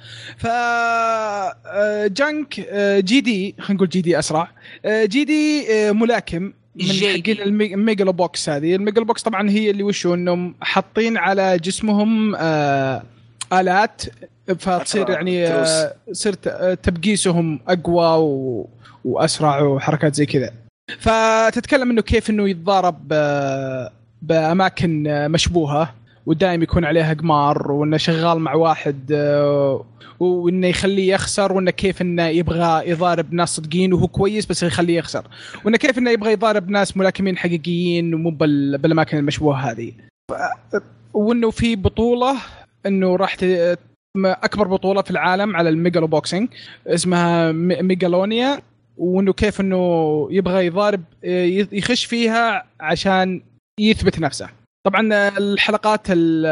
فجانك جي دي خلينا نقول جي دي اسرع، جي دي ملاكم من حقين الميجالو بوكس. هذه الميجالو بوكس طبعا هي اللي وشو انهم حاطين على جسمهم آلات فتصير يعني صرت تبقيسهم اقوى واسرع وحركات زي كذا. فتتكلم انه كيف انه يتضارب باماكن مشبوهه ودائم يكون عليها قمار، وانه شغال مع واحد وانه يخليه يخسر، وانه كيف انه يبغى يضارب ناس صدقين وهو كويس بس يخليه يخسر، وانه كيف انه يبغى يضارب ناس ملاكمين حقيقيين ومو بالاماكن المشبوهه هذه. وانه في بطوله انه راح اكبر بطوله في العالم على الميجالو بوكسينج اسمها ميجالونيا، وانه كيف انه يبغى يضارب يخش فيها عشان يثبت نفسه. طبعا الحلقات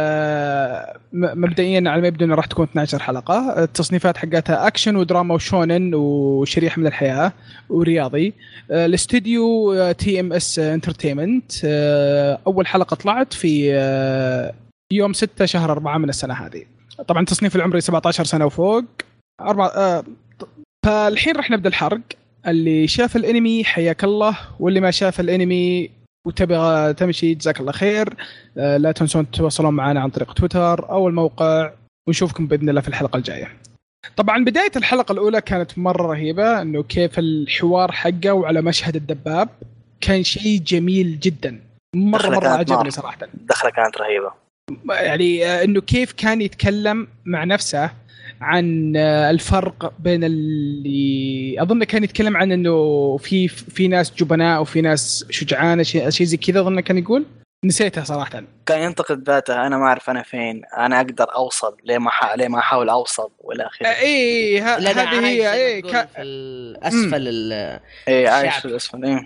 مبدئيا على ما يبدو انها راح تكون 12 حلقه. التصنيفات حقتها اكشن ودراما وشونن وشريحه من الحياه ورياضي. الاستوديو تي ام اس انترتينمنت. اول حلقه طلعت في يوم 6 شهر 4 من السنه هذه. طبعا تصنيف العمري 17 سنه وفوق 4. فالحين راح نبدا الحرق. اللي شاف الانمي حياك الله، واللي ما شاف الانمي وتبغى تمشي جزاك الله خير. لا تنسون تتواصلون معنا عن طريق تويتر أو الموقع، ونشوفكم بإذن الله في الحلقة الجاية. طبعا بداية الحلقة الأولى كانت مرة رهيبة، إنه كيف الحوار حقه وعلى مشهد الدباب كان شيء جميل جدا. مره عجبني صراحه. دخله كانت رهيبه يعني انه كيف كان يتكلم مع نفسه عن الفرق بين اللي اظن كان يتكلم عن انه في ناس جبناء وفي ناس شجعان، شيء زي كذا اظن كان يقول، نسيتها صراحه. كان ينتقد ذاته، انا ما اعرف انا فين، انا اقدر اوصل ليه ما احاول اوصل ولا اخره. هذه هي في الاسفل عايش في الاسفل.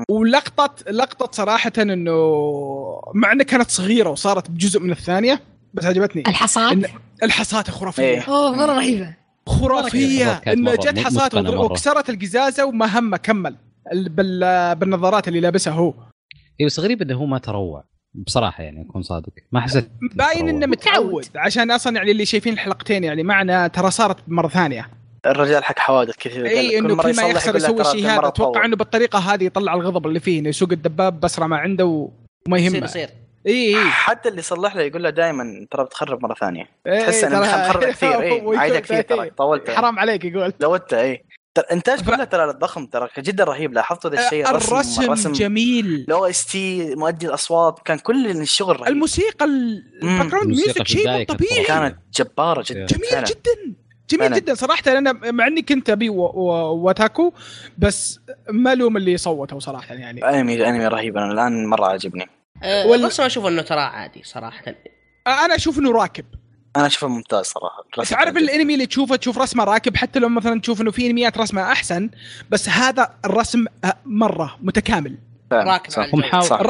ولقطه صراحه انه مع انها كانت صغيره وصارت بجزء من الثانيه بس عجبتني الحصات خرافيه. مره رهيبه خرافيه انه جت حصات وكسرت القزازه وما هم كمل بالنظارات اللي لابسها هو. بس غريب انه هو ما تروع بصراحه، يعني اكون صادق ما حسيت باين انه متعود عشان اصلا يعني اللي شايفين الحلقتين يعني معنا ترى صارت مره ثانيه. الرجال حق حوادث كثير، انه كل ما يخسر يسوي الشيء هذا. اتوقع انه بالطريقه هذه يطلع الغضب اللي فيه، انه يسوق الدباب بسرعه ما عنده وما يهمه. حتى اللي يصلح له يقول له دائما ترى بتخرب مره ثانيه. تحس انه مخرب كثير. عيدها كثير ترى طولت، حرام عليك يقول زودت. ترى انتاج كله ترى ضخم، ترى جدا رهيب. لاحظتوا هذا الشيء؟ الرسم جميل، لو استي مؤدي الاصوات كان كل الشغل رهيب. الموسيقى الباكراوند ميوزك شيء طبيعي، كانت جباره جدا، جميل جدا صراحه. انا مع اني كنت ابي واتاكو بس ما لوم اللي صوته صراحه. يعني انمي رهيب، انا الان مره عجبني. والرسم اشوف انه ترى عادي صراحه. انا اشوف انه راكب، انا اشوفه ممتاز صراحه. تعرف الانمي اللي تشوف رسمه راكب، حتى لو مثلا تشوف انه في انميات رسمه احسن بس هذا الرسم مره متكامل راكب. هم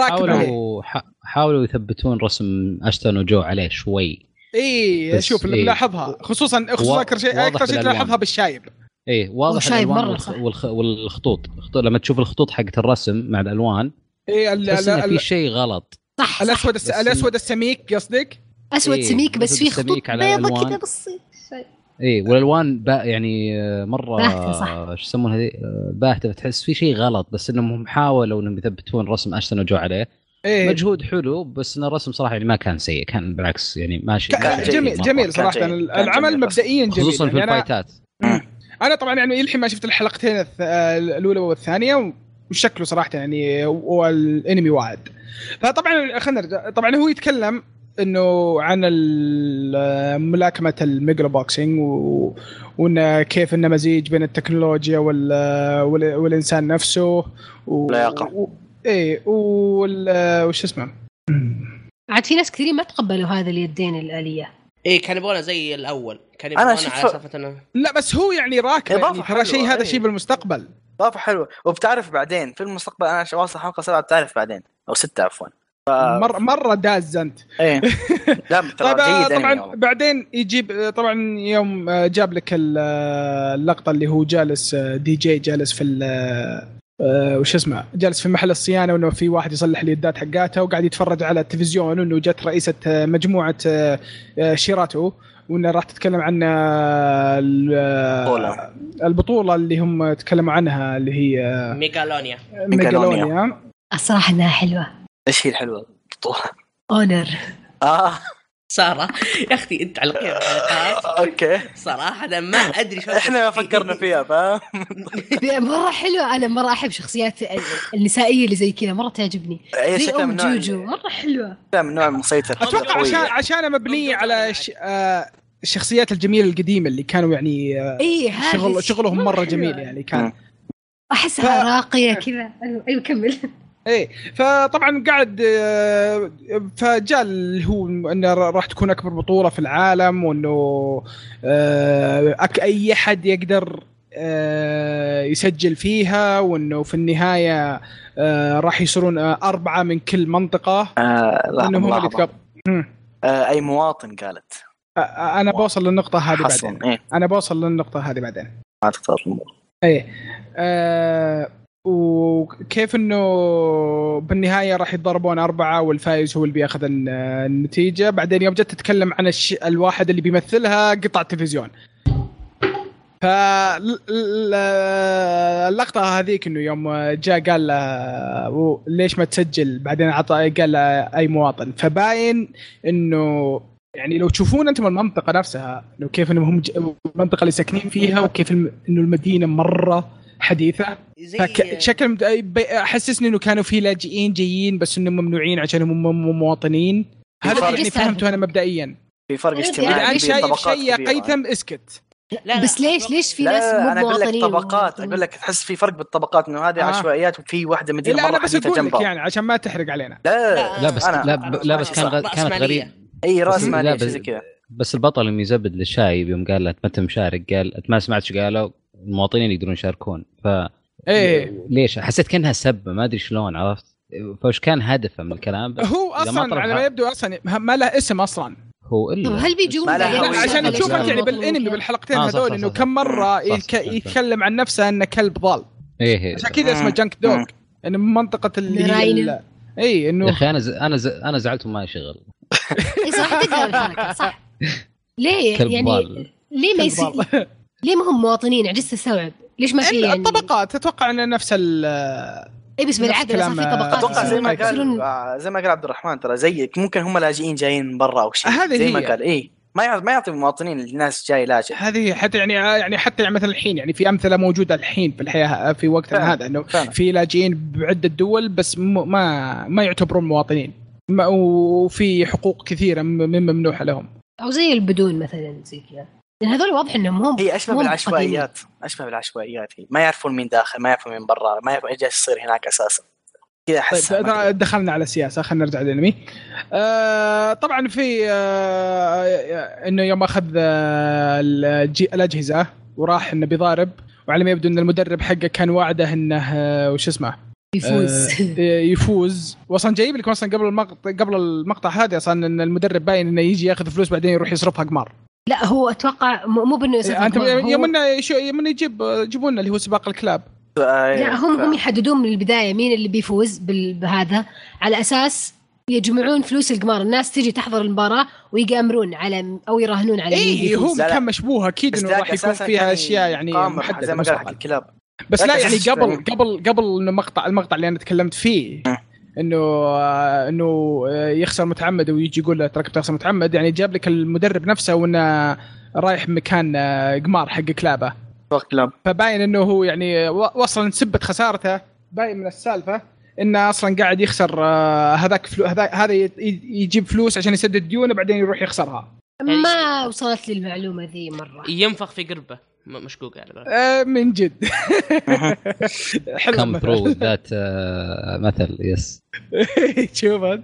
حاولوا يثبتون رسم أشتون وجو عليه شوي. شوف اللي ملاحظها خصوصا اكثر شيء تلاحظها بالشايب. واضح الالوان والخطوط لما تشوف الخطوط حقت الرسم مع الالوان في شيء غلط. صح الاسود السميك قصدك؟ اسود سميك بس في خطوط بيضة كذا بسيط. والالوان يعني مره ايش يسمونها هذه باهته، تحس في شيء غلط. بس انهم حاولوا انهم يثبتون رسم اشتون وجو عليه. مجهود حلو، بس ان الرسم صراحه يعني ما كان سيء، كان بالعكس يعني ماشي جميل صراحه. العمل مبدئيا جميل خصوصا في الفايتات. انا طبعا يعني الحين ما شفت الحلقتين الاولى والثانيه وشكله صراحه يعني والانمي واعد. فطبعا طبعا هو يتكلم انه عن ملاكمه الميجلو بوكسينج وان كيف انه مزيج بين التكنولوجيا والانسان نفسه وش اسمه. عاد في ناس كثير ما تقبلوا هذا اليدين الآلية. كان يبغونه زي الاول، كان يبغونه على سالفه لا بس هو يعني راكب يعني ترى شيء هذا شيء بالمستقبل اضافه حلوه. وبتعرف بعدين في المستقبل، انا واصل حلقه 7 بتعرف بعدين او 6 عفوا مرة داز انت. طبعا بعدين يجيب طبعا يوم جاب لك اللقطة اللي هو جالس دي جي جالس في وش اسمه، جالس في محل الصيانة، وانه في واحد يصلح اليدات حقاته وقاعد يتفرج على التلفزيون، وانه جت رئيسة مجموعة شيراتو وانه راح تتكلم عن البطولة اللي هم تكلموا عنها اللي هي ميغالونيا. الصراحة انها حلوة. ايش هي الحلوة بطولة؟ اونر. سارة يا اختي انت على القيم اوكي صراحه انا ما ادري شو احنا فكرنا فيها فاهم. مره حلوه، انا مره احب شخصيات النسائيه اللي زي كذا، مره تعجبني زي ام جوجو، مره حلوه من نوع مسيطر. اتوقع عشان مبنيه على الشخصيات الجميله القديمه اللي كانوا يعني شغلهم مره جميل يعني كان احسها راقيه كذا. ايوه كمل. فطبعا قاعد فجاء اللي هو انه راح تكون اكبر بطوله في العالم، وانه اي حد يقدر يسجل فيها، وانه في النهايه راح يصيرون 4 من كل منطقه. انهم هم اللي اي مواطن قالت. انا بوصل للنقطه هذه بعدين. انا بوصل للنقطه هذه بعدين. ما تختار الامور. وكيف انه بالنهايه راح يتضربون 4 والفايز هو اللي بياخذ النتيجه. بعدين يوم جت تتكلم عن الواحد اللي بيمثلها قطع التلفزيون. فاللقطه هذيك انه يوم جاء قال له ليش ما تسجل، بعدين قال له اي مواطن. فباين انه يعني لو تشوفون انتم المنطقه نفسها، لو كيف انهم هم المنطقه اللي ساكنين فيها، وكيف انه المدينه مره حديثه شكل حسسني انه كانوا في لاجئين جايين بس انهم ممنوعين عشان هم مواطنين. هذا يعني فهمته انا مبدئيا. في فرق اجتماعي الان شايف شيء قيثم اسكت. لا بس ليش في ناس مو انا اقول لك مواطنين طبقات اقول لك تحس في فرق بالطبقات انه هذه عشوائيات وفي واحده مدينه لا مره بس اقول لك جنبها. يعني عشان ما تحرق علينا. لا بس كانت غريب. اي راس ماليه زي كذا. بس البطل اللي يزبد للشايب يوم قال له ما انت مشارك قال ما سمعت شو قالوا المواطنين يقدرون يشاركون ف ليش حسيت كأنها سبة ما ادري شلون عرفت فوش كان هدفه من الكلام. هو اصلا على ما يبدو اصلا ما له اسم اصلا هو إلا هل بيجون عشان تشوف انت يعني بالانمي بالحلقتين هذول انه كم مره يتكلم عن نفسه انه كلب ضال. عشان كذا اسمه جانك دوغ انه من منطقه اللي اي انه يا اخي انا زعلت وما يشغل. صح تقدر الحركه صح. ليه يعني ليه ما يصير ليه ما هم مواطنين عجزت استوعب ليش ما في يعني الطبقات تتوقع ان نفس اي بس بالعاده صار في طبقات اتوقع زي ما قال عبد الرحمن ترى زيك ممكن هم لاجئين جايين من برا او شيء زي ما قال اي ما يعطي مواطنين الناس جاي لاجئ. هذه حتى يعني حتى مثلا الحين يعني في امثله موجوده الحين في الحياه في وقتنا هذا انه في لاجئين بعده دول بس ما يعتبرون مواطنين وفي حقوق كثيره ممنوحه لهم او زي البدون مثلا زي كذا. لأن هذول واضح إنهم هم هي أشبه بالعشوائيات هي ما يعرفون مين داخل ما يعرفون مين برا ما يعرفون إيش جالس يصير هناك أساسا كذا أحس. طيب دخلنا على السياسة خلينا نرجع للأنمي. طبعا في إنه يوم أخذ الأجهزة وراح إنه بيضارب وعلى ما يبدو إن المدرب حقه كان وعده إنه وش اسمه يفوز وصلا جايب لك مثلا قبل المقطع هذا اصلا ان المدرب باين انه يجي ياخذ فلوس بعدين يروح يصرفها قمار. لا هو اتوقع مو بانه يصرفها انت يوم يجيبون اللي هو سباق الكلاب. لا هم يحددون من البدايه مين اللي بيفوز بهذا على اساس يجمعون فلوس القمار. الناس تيجي تحضر المباراه ويقامرون على او يراهنون على مين بيفوز. هو كان مشبوه اكيد انه راح يكون فيها اشياء يعني محدده زي ما قال الكلاب. بس لا يعني قبل انه المقطع اللي انا تكلمت فيه انه يخسر متعمد ويجي يقول له ترى تخسر متعمد يعني جاب لك المدرب نفسه وانه رايح مكان قمار حق كلابه فباين انه هو يعني وصل سبة خسارته باين من السالفه انه اصلا قاعد يخسر هذا يجيب فلوس عشان يسدد ديونه بعدين يروح يخسرها. ما وصلت لي المعلومه ذي مره. ينفخ في قربه مشكوك يعني من جد. حلو كم برو ذات مثل يس. شوفت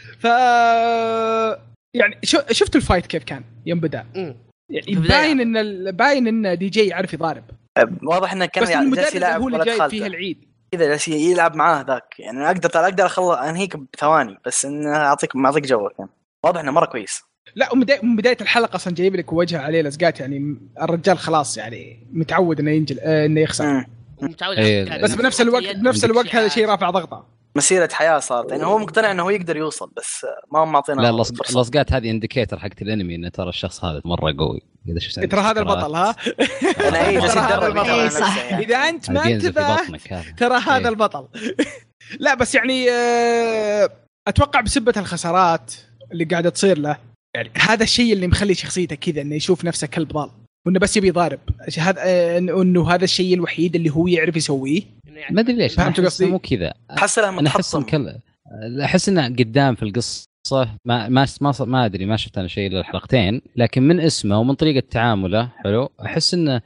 يعني شفت الفايت كيف كان يوم بدأ يعني باين ان دي جي يعرف يضارب واضح انه كان جالس يلعب ولا جاي فيه العيد كذا جالس يلعب معاه ذاك يعني اقدر اخلص انهيك بثواني بس ان اعطيك جوك يعني واضح انه مره كويس. لا من بدايه الحلقه اصلا جايب لك وجهه عليه لزقات يعني الرجال خلاص يعني متعود انه ينجل انه يخسر بس بنفس الوقت هذا شيء رافع ضغطه مسيره حياه صارت يعني هو مقتنع انه هو يقدر يوصل بس ما هم معطينا. لا لصقات هذه انديكيتر حقت الانمي انه ترى الشخص هذا مره قوي ترى هذا البطل ها انا صح اذا انت ما انتبه ترى هذا البطل. لا بس يعني اتوقع بسبه الخسارات اللي قاعده تصير له يعني هذا الشيء اللي مخلي شخصيته كذا انه يشوف نفسه كلب ضال وانه بس يبي يضارب هذا انه هذا الشيء الوحيد اللي هو يعرف يسويه. ما ادري ليش فهمت قصدي مو كذا انا احس انه قدام في القصه ما ادري ما شفت انا شيء للحلقتين لكن من اسمه ومن طريقه تعامله حلو احس انه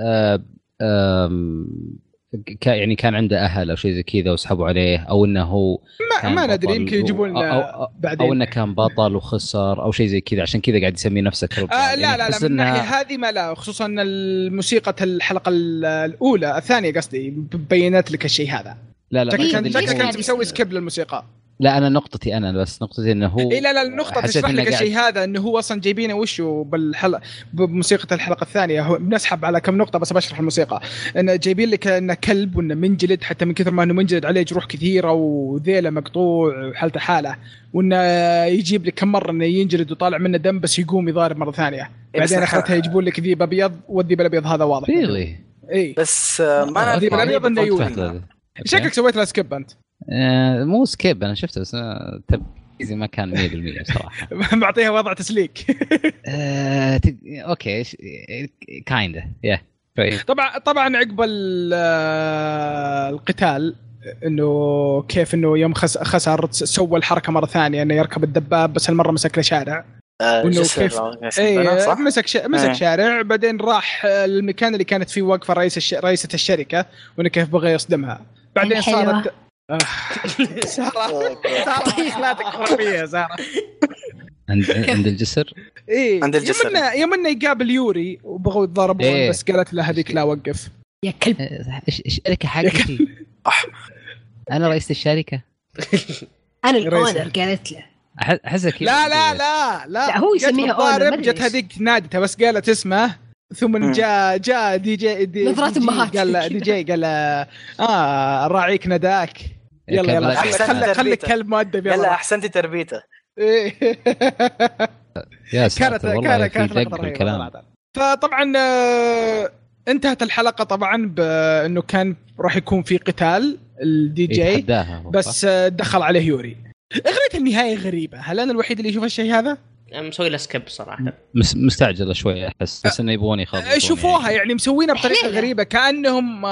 يعني كان عنده اهل او شيء زي كذا وسحبوا عليه او انه هو ما ندري يمكن يجيبون بعدين او انه كان بطل وخسر او شيء زي كذا عشان كذا قاعد يسمي نفسه كرب. لا من الناحيه هذه ما لا خصوصا ان الموسيقى الحلقه الاولى الثانيه قصدي بينت لك الشيء هذا. لا شكلك كنت مسوي سكيب للموسيقى. لا انا نقطتي انه هو لا النقطه تشرح لك الشيء هذا انه هو اصلا جايبينه وشو بالحلقه بموسيقى الحلقه الثانيه بنسحب على كم نقطه بس بشرح الموسيقى انه جايبين لك انه كلب وانه منجلد حتى من كثر ما انه منجلد عليه جروح كثيره وذيله مقطوع وحالته حاله وانه يجيب لك كم مره انه ينجلد وطالع منه دم بس يقوم يضارب مره ثانيه بعدين اخرتها يجيبون لك ذيب ابيض والذيب الابيض هذا واضح بس ما ذيب الابيض انه يولي. شكلك سويت له سكيب انت. مو سكيب انا شفته بس تركيزي ما كان 100% صراحه. معطيها وضع تسليك. اوكي كاينده طبعا عقب القتال انه كيف انه يوم خسر سوى الحركه مره ثانيه انه يركب الدباب بس هالمره مسك له شارع وانه كيف مسك شارع بعدين راح المكان اللي كانت فيه واقفه رئيسه الشركه وانه كيف بغى يصدمها بعدين صارت سارة لا تكفر فيها سارة عند الجسر عند الجسر يوم يقابل يوري وبغوا يتضاربون بس قالت له هذيك لا وقف يا كلب الشركة حقتي أنا رئيس الشركة أنا الأونر قالت له أحسك لا هو يسميها أونر جت هذيك نادته بس قالت اسمه ثم جاء دي جي نظرات امهات قال دي جي قال راعيك نداك يلا خليك كلب مؤدب يلا احسنتي تربيته يا ساتر والله في دق الكلام. فطبعا انتهت الحلقه طبعا بانه كان راح يكون في قتال الدي جي بس دخل عليه يوري. اغنيه النهايه غريبه، هل انا الوحيد اللي يشوف الشيء هذا؟ مسوي له سكيب صراحه، مستعجله شويه احس بس انه يبغون يخلصون شوفوها يعني مسوينها بطريقه غريبه كانهم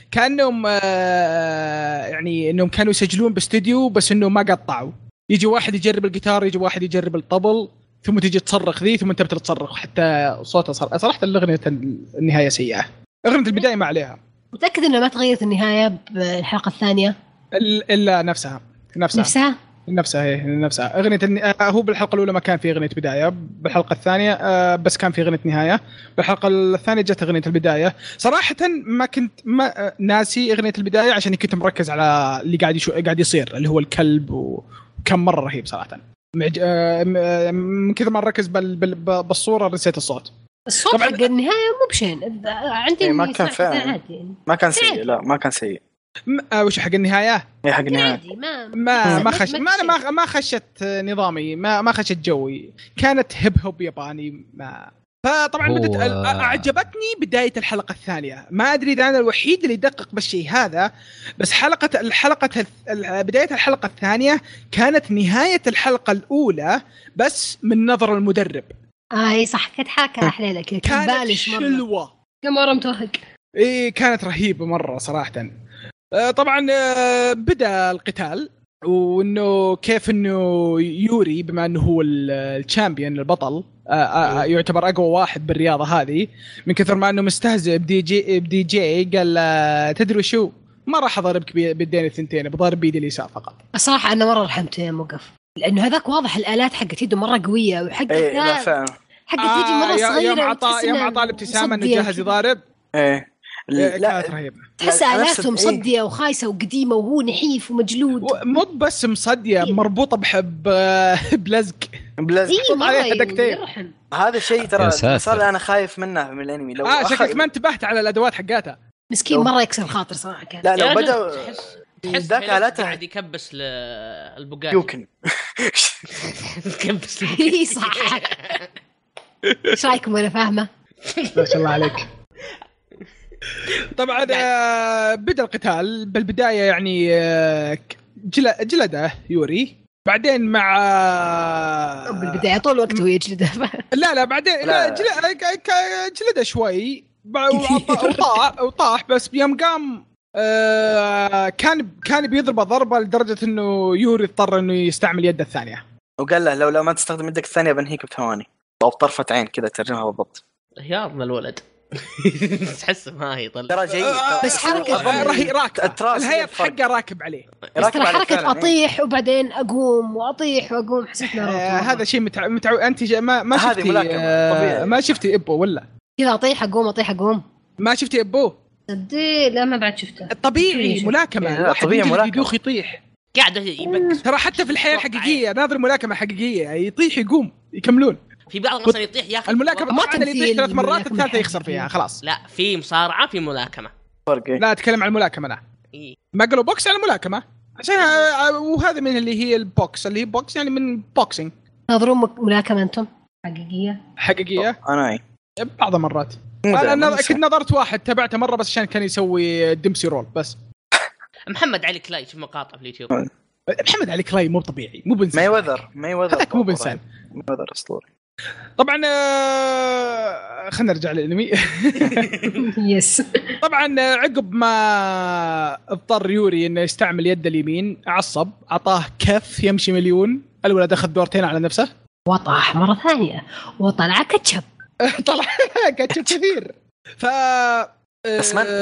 يعني انهم كانوا يسجلون باستوديو بس انه ما قطعوا، يجي واحد يجرب الجيتار يجي واحد يجرب الطبل ثم تيجي تصرخ ذي ثم انت بتصرخ حتى صوتها صراحه الاغنيه النهايه سيئه، اغنيه البدايه ما عليها. متاكد انه ما تغيرت النهايه بالحلقه الثانيه الا نفسها أغنية هو بالحلقة الأولى ما كان في أغنية بداية، بالحلقة الثانية بس كان في أغنية نهاية، بالحلقة الثانية جت أغنية البداية. صراحة ما كنت ناسي أغنية البداية عشان كنت مركز على اللي قاعد يصير اللي هو الكلب وكم مرة رهيب صراحة. من كذا ما ركز بالصورة نسيت الصوت حق النهاية مو بشين عندي ما كان فعلا ما كان سيء، لا ما كان سيء. وش حق النهاية؟ حق النهاية ما خشت نظامي، ما خشت جوي، كانت هوب ياباني ما. فطبعا أعجبتني بداية الحلقة الثانية، ما أدري إذا أنا الوحيد اللي يدقق بالشيء هذا، بس بداية الحلقة الثانية كانت نهاية الحلقة الأولى بس من نظر المدرب. صح كانت حركة أحلى لك، كانت حلوة مرة متوهق. كانت رهيبة مرة صراحة. طبعا بدأ القتال وانه كيف انه يوري بما انه هو الشامبيون البطل يعتبر اقوى واحد بالرياضة هذه، من كثر ما انه مستهزئ بدي جي قال تدري شو ما راح اضربك بالدين الثنتين، بضرب بيدي اليسار فقط. صراحة انا مرة رحمته يا موقف لانه هذاك واضح الالات حقت يده مرة قوية وحقت حقت يجي مرة صغيرة. يوم عطى الابتسامة انه جاهز يضارب. لا تحس آلاتهم مصدية وخايسة وقديمة وهو نحيف ومجلود، مو بس مصدية مربوطة بلزق عليها دكتين. هذا الشيء ترى صار انا خايف منه من الانمي. لو شكلك ما انتبهت على الادوات حقاتها، مسكين مرة يكسر خاطر صراحة كان. لا لو بدأ تحس ذاك آلاتها قاعد يكبس البقال يمكن يكبس صح. ايش رايكم وانا فاهمة؟ ما شاء الله عليك. طبعا بدأ القتال بالبداية يعني جلده يوري، بعدين مع بالبداية طول الوقت هو يجلده. لا بعدين جلده شوي وطاح بس بيوم قام كان بيضرب ضربة لدرجة انه يوري اضطر انه يستعمل يده الثانية وقال له لو ما تستخدم يدك الثانية بنهيك بثواني أو بطرفة عين كذا ترجمها بالضبط. هيارنا الولد تحس ما هي طلع ترى جيد بس حركة راكب الهيئة حقه راكب عليه، بس ترى حركة أطيح وبعدين أقوم وأطيح وأقوم حسيت هذا شيء أنت ما شفتي ما شفتي إبو ولا كذا أطيح أقوم ما شفتي إبو؟ لا ما بعد شفته. الطبيعي ملاكمة طبيعي يدوخ يطيح قاعد يبكس. ترى حتى في الحياة الحقيقية ناظر ملاكمة حقيقية يطيح يقوم يكملون. في بعض مثلا يطيح ياخذ الملاكمة ما اللي يطيح 3 مرات الثالثة يخسر فيها خلاص. لا في مصارعة في ملاكمة فرق. لا أتكلم عن الملاكمة أنا. ما قالوا بوكس على الملاكمة عشان وهذا من اللي هي البوكس اللي هي بوكس يعني من بوكسينج. ناظرون ملاكمة أنتم حقيقية أنا بعض المرات أنا كنت نظرت واحد تبعته مرة بس عشان كان يسوي ديمسي رول بس. محمد علي كلاي شوف مقاطع في اليوتيوب. محمد علي كلاي مو طبيعي مو بنسان. ما يوذر هذاك مو بنسان. ما يوذر أسطوري. طبعا خلينا نرجع للانمي. يس. طبعا عقب ما اضطر يوري انه يستعمل يد اليمين عصب، اعطاه كف يمشي مليون. الولد اخذ دورتين على نفسه وطاح مرة ثانية وطلع كاتشب. طلع كاتشب كثير. ف بس ما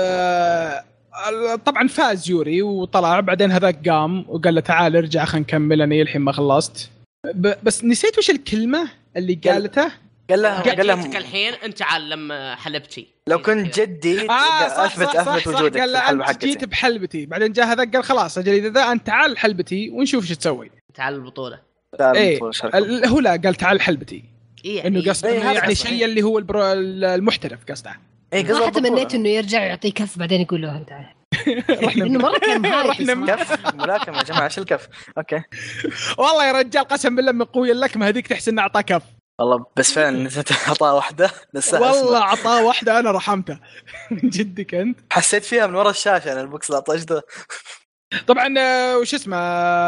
طبعا فاز يوري وطلع. بعدين هذاك قام وقال له تعال ارجع خلينا نكمل، انا الحين ما خلصت. بس نسيت وش الكلمة اللي قالته. قال له الحين انت تعلم حلبتي لو كنت جدي اثبت وجودك قال في الحلبة له حقتي. جيت بحلبتي. بعدين جاء هذاك قال خلاص اجل اذا ذا انت تعال حلبتي ونشوف ايش تسوي. تعال البطوله. ايه هو لا قال تعال حلبتي. إيه انه قصده يعني شيء اللي هو المحترف قصده. ما تمنيت انه يرجع يعطيه كف بعدين يقول له انت انه مره كان مهايط. كف ملاكمه يا جماعه، ايش الكف؟ اوكي والله يا رجال قسم بالله من قوي اللكمه هذيك تحس انه اعطاه كف والله. بس فعلا اعطاه واحده والله اعطاه واحده انا رحمته من جدك انت. حسيت فيها من ورا الشاشه انا البوكس لا طاش ده. طبعا وش اسمه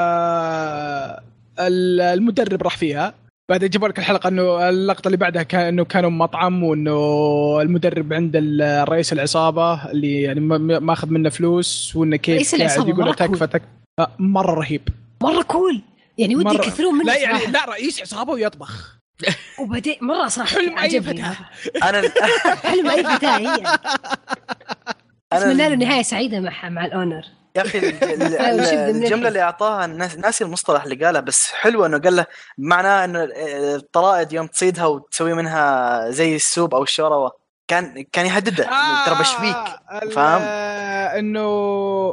المدرب راح فيها. بعد جابوا لك الحلقه انه اللقطه اللي بعدها انه كانوا مطعم، وانه المدرب عند الرئيس العصابه اللي يعني ماخذ منه فلوس، وانه كيف قاعد يقول له تكفى مره رهيب مره كول يعني ودي يكثرون منه. لا يعني لا رئيس عصابه ويطبخ وبدأ مرة صراحة حلم أي فتاة. أنا حلم أي فتاة هي. أتمنى له نهاية سعيدة مع الأونر. يا أخي الجملة اللي أعطاها ناسي المصطلح اللي قالها، بس حلوة إنه قال له معناه إنه الطرائد يوم تصيدها وتسوي منها زي السوب أو الشوربة كان يهدده ترى بشويك. فاهم إنه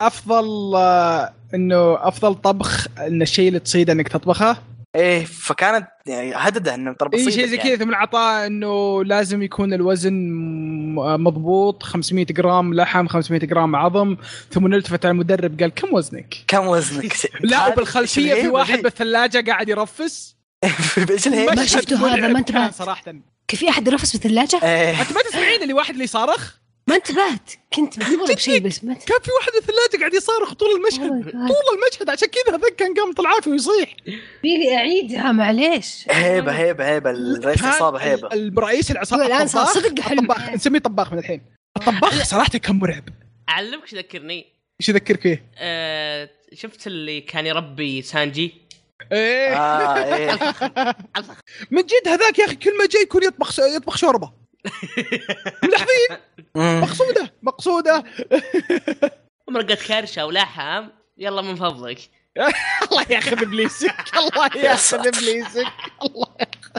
أفضل طبخ إن الشيء اللي تصيده إنك تطبخه. ايه فكانت يعني هدده انه ترى بسيط شيء زي كذا. ثم عطاه انه لازم يكون الوزن مضبوط، 500 جرام لحم 500 جرام عظم. ثم نلتفت على المدرب قال كم وزنك لا وبالخلفيه في واحد بالثلاجه قاعد يرفس. ما شفته هذا ما انتبهت صراحه. كيف في احد يرفس بالثلاجه؟ انت ما تسمعين اللي واحد اللي يصارخ؟ ما انتبهت كنت مشغول بشيء بس ما كان في واحد بالثلاجه قاعد يصارخ طول المشهد عشان كذا هذاك كان قام طلعات ويصيح. بيلي اعيدها معليش. هيبه الرئيس العصابه هيبه الرئيس العصابه الان صار صدق حلم. نسميه طباخ من الحين. الطباخ صراحه كان مرعب. اعلمك ايش ذكرني. ايش يذكرك فيه؟ شفت اللي كان يربي سانجي؟ ايه من جد هذاك يا اخي كل ما جاي يكون يطبخ شوربه. ملاحظين مقصوده مرقة كرشه ولحم. يلا من فضلك. الله ياخذ ابليسك الله ياخذ ابليسك الله.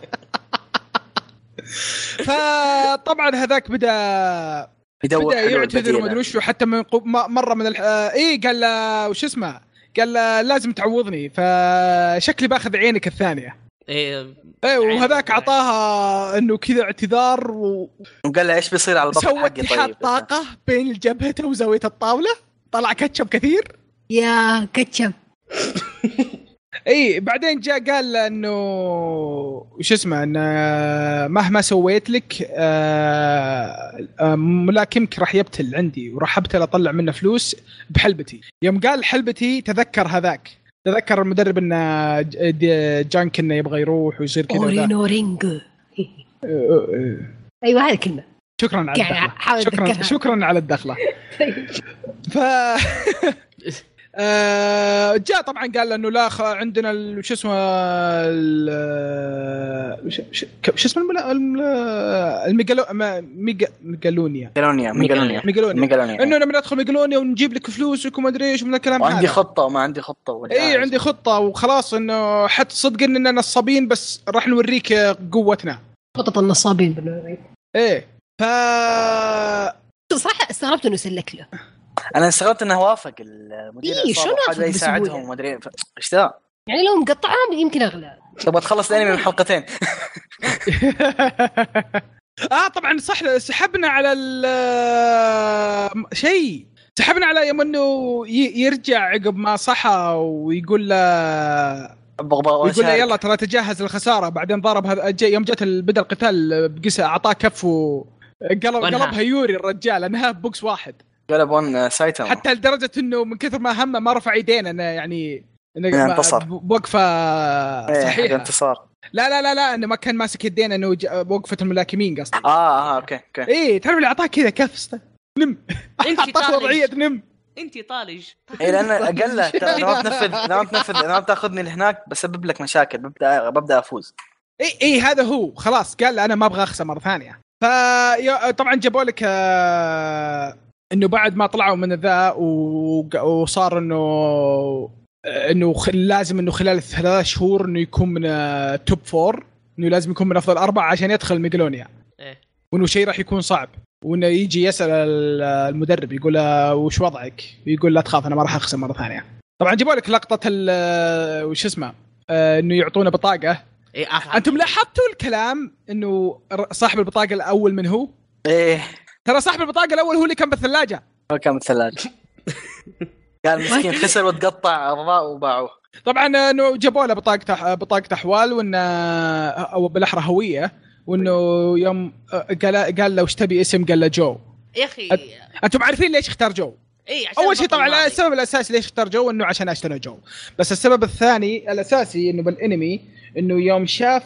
فطبعا هذاك بدا يعتذر وما ادري وش، حتى من مره من قال له وش اسمه، قال له لازم تعوضني فشكلي باخذ عينك الثانيه. ايه وهذاك عطاها انه كذا اعتذار وقال له ايش بيصير على البطن حقي. طيب سوى طاقه بين جبهته وزاويه الطاوله، طلع كاتشب كثير يا كاتشب. اي بعدين جاء قال انه وش اسمه انه مهما سويت لك ملاكمك راح يبتل عندي وراح ابتل اطلع منه فلوس بحلبتي. يوم قال حلبتي تذكر المدرب ان جانك انه يبغى يروح ويصير كذا اورينورينج. ايوه هذه الكلمه. شكرا على الدخله. ف جاء طبعا قال انه لا عندنا شو اسمه شو اسمه ميغالونيا انه لما ندخل ميغالونيا ونجيب لك فلوسك وما ادري ايش من الكلام هذا. عندي خطه وما عندي خطه اي عندي خطه وخلاص انه حتى صدق اننا نصابين بس راح نوريك قوتنا. خطه النصابين بالنسبه ايه ف صراحه استغربت انه سلك له. انا استغربت انه وافق المدير حاجه يساعدهم وما ادري ايش ذا. يعني لو مقطعهم يمكن اغلى. تبغى تخلص الانمي من حلقتين. طبعا صح. سحبنا على سحبنا على يوم انه يرجع عقب ما صحى ويقول له يلا ترى تجهز للخساره. بعدين ضرب هذا يوم جت بدل القتال بقسه اعطاه كف وقلبها يوري الرجال انها بوكس واحد. قلب 1 سايتاما حتى لدرجه انه من كثر ما همه ما رفع يدين. انا يعني انه انتصر بوقفه صحيحه انتصار. لا انه ما كان ماسك يدين، انه بوقفه الملاكمين قصدي. اوكي ايه تعرف اللي اعطاك كذا كف نم اعطاك وضعيه نم انت طالج. اي لان اقل لما تاخذني لهناك بسبب لك مشاكل، ببدا افوز. اي هذا هو خلاص قال انا ما ابغى اخسر مره ثانيه. طبعا جابوا لك انه بعد ما طلعوا من ذا وصار انه لازم انه خلال 3 شهور انه يكون من توب 4، انه لازم يكون من افضل 4 عشان يدخل ميدالونيا. وانه شيء راح يكون صعب، وانه يجي يسال المدرب يقول له وش وضعك، يقول لا تخاف انا ما راح اخسر مره ثانيه. طبعا جابوا لك لقطه وش اسمه انه يعطونا بطاقه. انتم لاحظتوا الكلام انه صاحب البطاقه الاول من هو؟ ايه ترى صاحب البطاقه الاول هو اللي كان بالثلاجه. هو كان بالثلاجه كان مسكين خسر وتقطع اعضاء وباعوه. طبعا انه جابوا له بطاقه احوال، وانه او بالاحرى هويه، وانه يوم قال له وش تبي اسم، قال له جو. يا اخي انتم عارفين ليش اختار جو؟ اول شيء طبعا السبب الاساسي ليش اختار جو انه عشان اشتري جو، بس السبب الثاني الاساسي انه بالانمي انه يوم شاف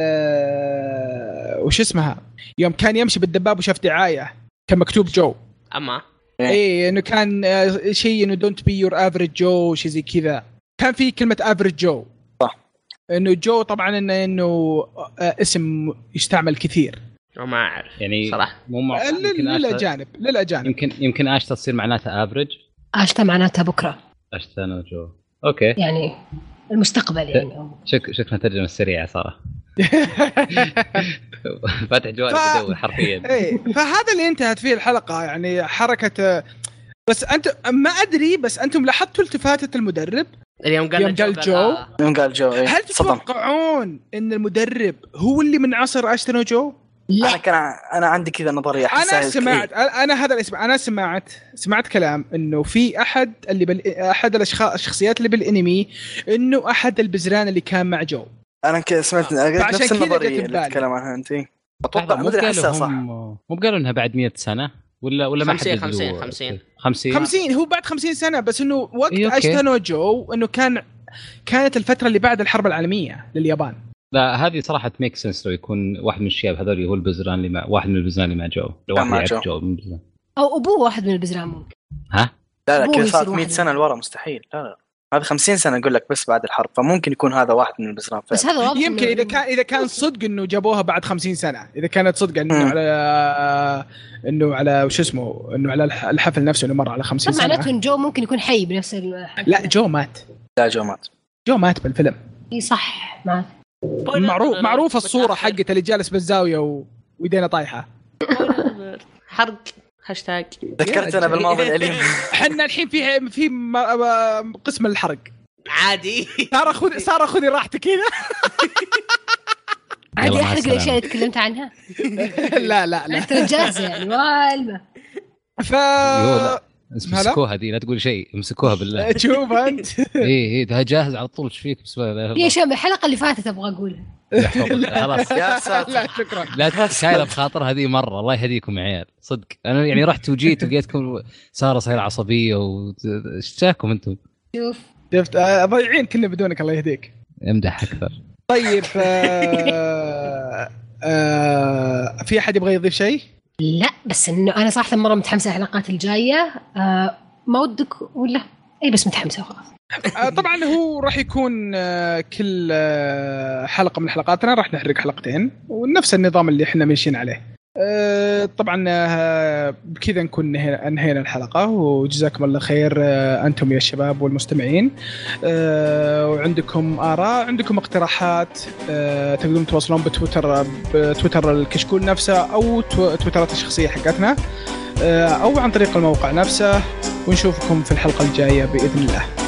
وش اسمها، يوم كان يمشي بالدباب وشاف دعايه كان مكتوب جو. اما ايه انه كان شيء انه دونت بي يور افريج جو، شيء زي كذا، كان في كلمه افريج جو. صح. انه جو طبعا انه اسم يستعمل كثير. ما اعرف يعني صراحه مو للاجانب يمكن اشتا تصير معناتها افريج، اشتا معناتها بكره، اشتا انا جو اوكي يعني المستقبل يعني. شكلها ترجمه سريعه صراحه. فاتح جوالي بدور حرفيا. ايه فهذا اللي انتهت فيه الحلقه، يعني حركه. بس انت ما ادري، بس انتم لاحظتوا التفاتة المدرب اليوم قال جو إيه؟ هل تتوقعون ان المدرب هو اللي من عصر اشتنو جو؟ لا انا عندي كذا نظريه. انا سمعت كلام انه في احد الشخصيات اللي بالانمي انه احد البزران اللي كان مع جو. انا كذا سمعت نفس النظريه اللي تتكلم عنها انت. اتوقع ما ادري احسها صح. مو قالوا انها بعد 100 سنه ولا ما حد 50 هو بعد 50 سنه، بس انه وقت اشتنو جو انه كانت الفتره اللي بعد الحرب العالميه لليابان. لا هذه صراحه ميك سنس لو يكون واحد من الشباب هذول هو البزران اللي مع واحد من البزران اللي مع جو، لو واحد يعرف جو من البزران او ابوه واحد من البزران ممكن. ها لا كذا صار 100 سنه لورا مستحيل. لا هذا 50 سنه اقول لك بس بعد الحرب، فممكن يكون هذا واحد من البزران بس هذا واضح يمكن اذا كان صدق انه جابوها بعد 50 سنه، اذا كانت صدق انه على وش اسمه انه على الحفل نفسه انه مر على 50 سنه، معناته ان جو ممكن يكون حي بنفس لا جو مات. جو مات بالفيلم. اي صح مات. معروف الصوره حقته اللي جالس بالزاويه ويدينا طايحه. حرق هاشتاج ذكرتنا بالماضي الأليم. حنا الحين في قسم الحرق عادي. سارة خذي راحتك هنا. عادي احرق الاشياء اللي تكلمت عنها. لا ترى جاهزه يعني والله. امسكوها دي لا تقول شيء، امسكوها بالله. شوف انت. ايه ده جاهز على طول. ايش فيك؟ بسم الله. في اشياء من الحلقه اللي فاتت ابغى اقولها. خلاص يا ساتر. لا شكرا. لا شايله بخاطر هذه مره. الله يهديكم يا عيال صدق. انا يعني رحت وجيت ولقيتكم ساره صايره عصبيه واشتاكم انتم. شفت ضايعين كنا بدونك. الله يهديك. امدح اكثر. طيب في احد يبغى يضيف شيء؟ لا بس انه انا صراحه مره متحمسه الحلقات الجايه. ما ودك ولا اي بس متحمسه وخلاص. طبعا هو راح يكون كل حلقه من حلقاتنا راح نحرق حلقتين ونفس النظام اللي احنا ماشيين عليه. طبعا بكذا نكون انهينا الحلقه وجزاكم الله خير انتم يا الشباب والمستمعين. وعندكم اراء عندكم اقتراحات تقدرون تواصلون بتويتر الكشكول نفسه او تويترات الشخصيه حقتنا او عن طريق الموقع نفسه. ونشوفكم في الحلقه الجايه باذن الله.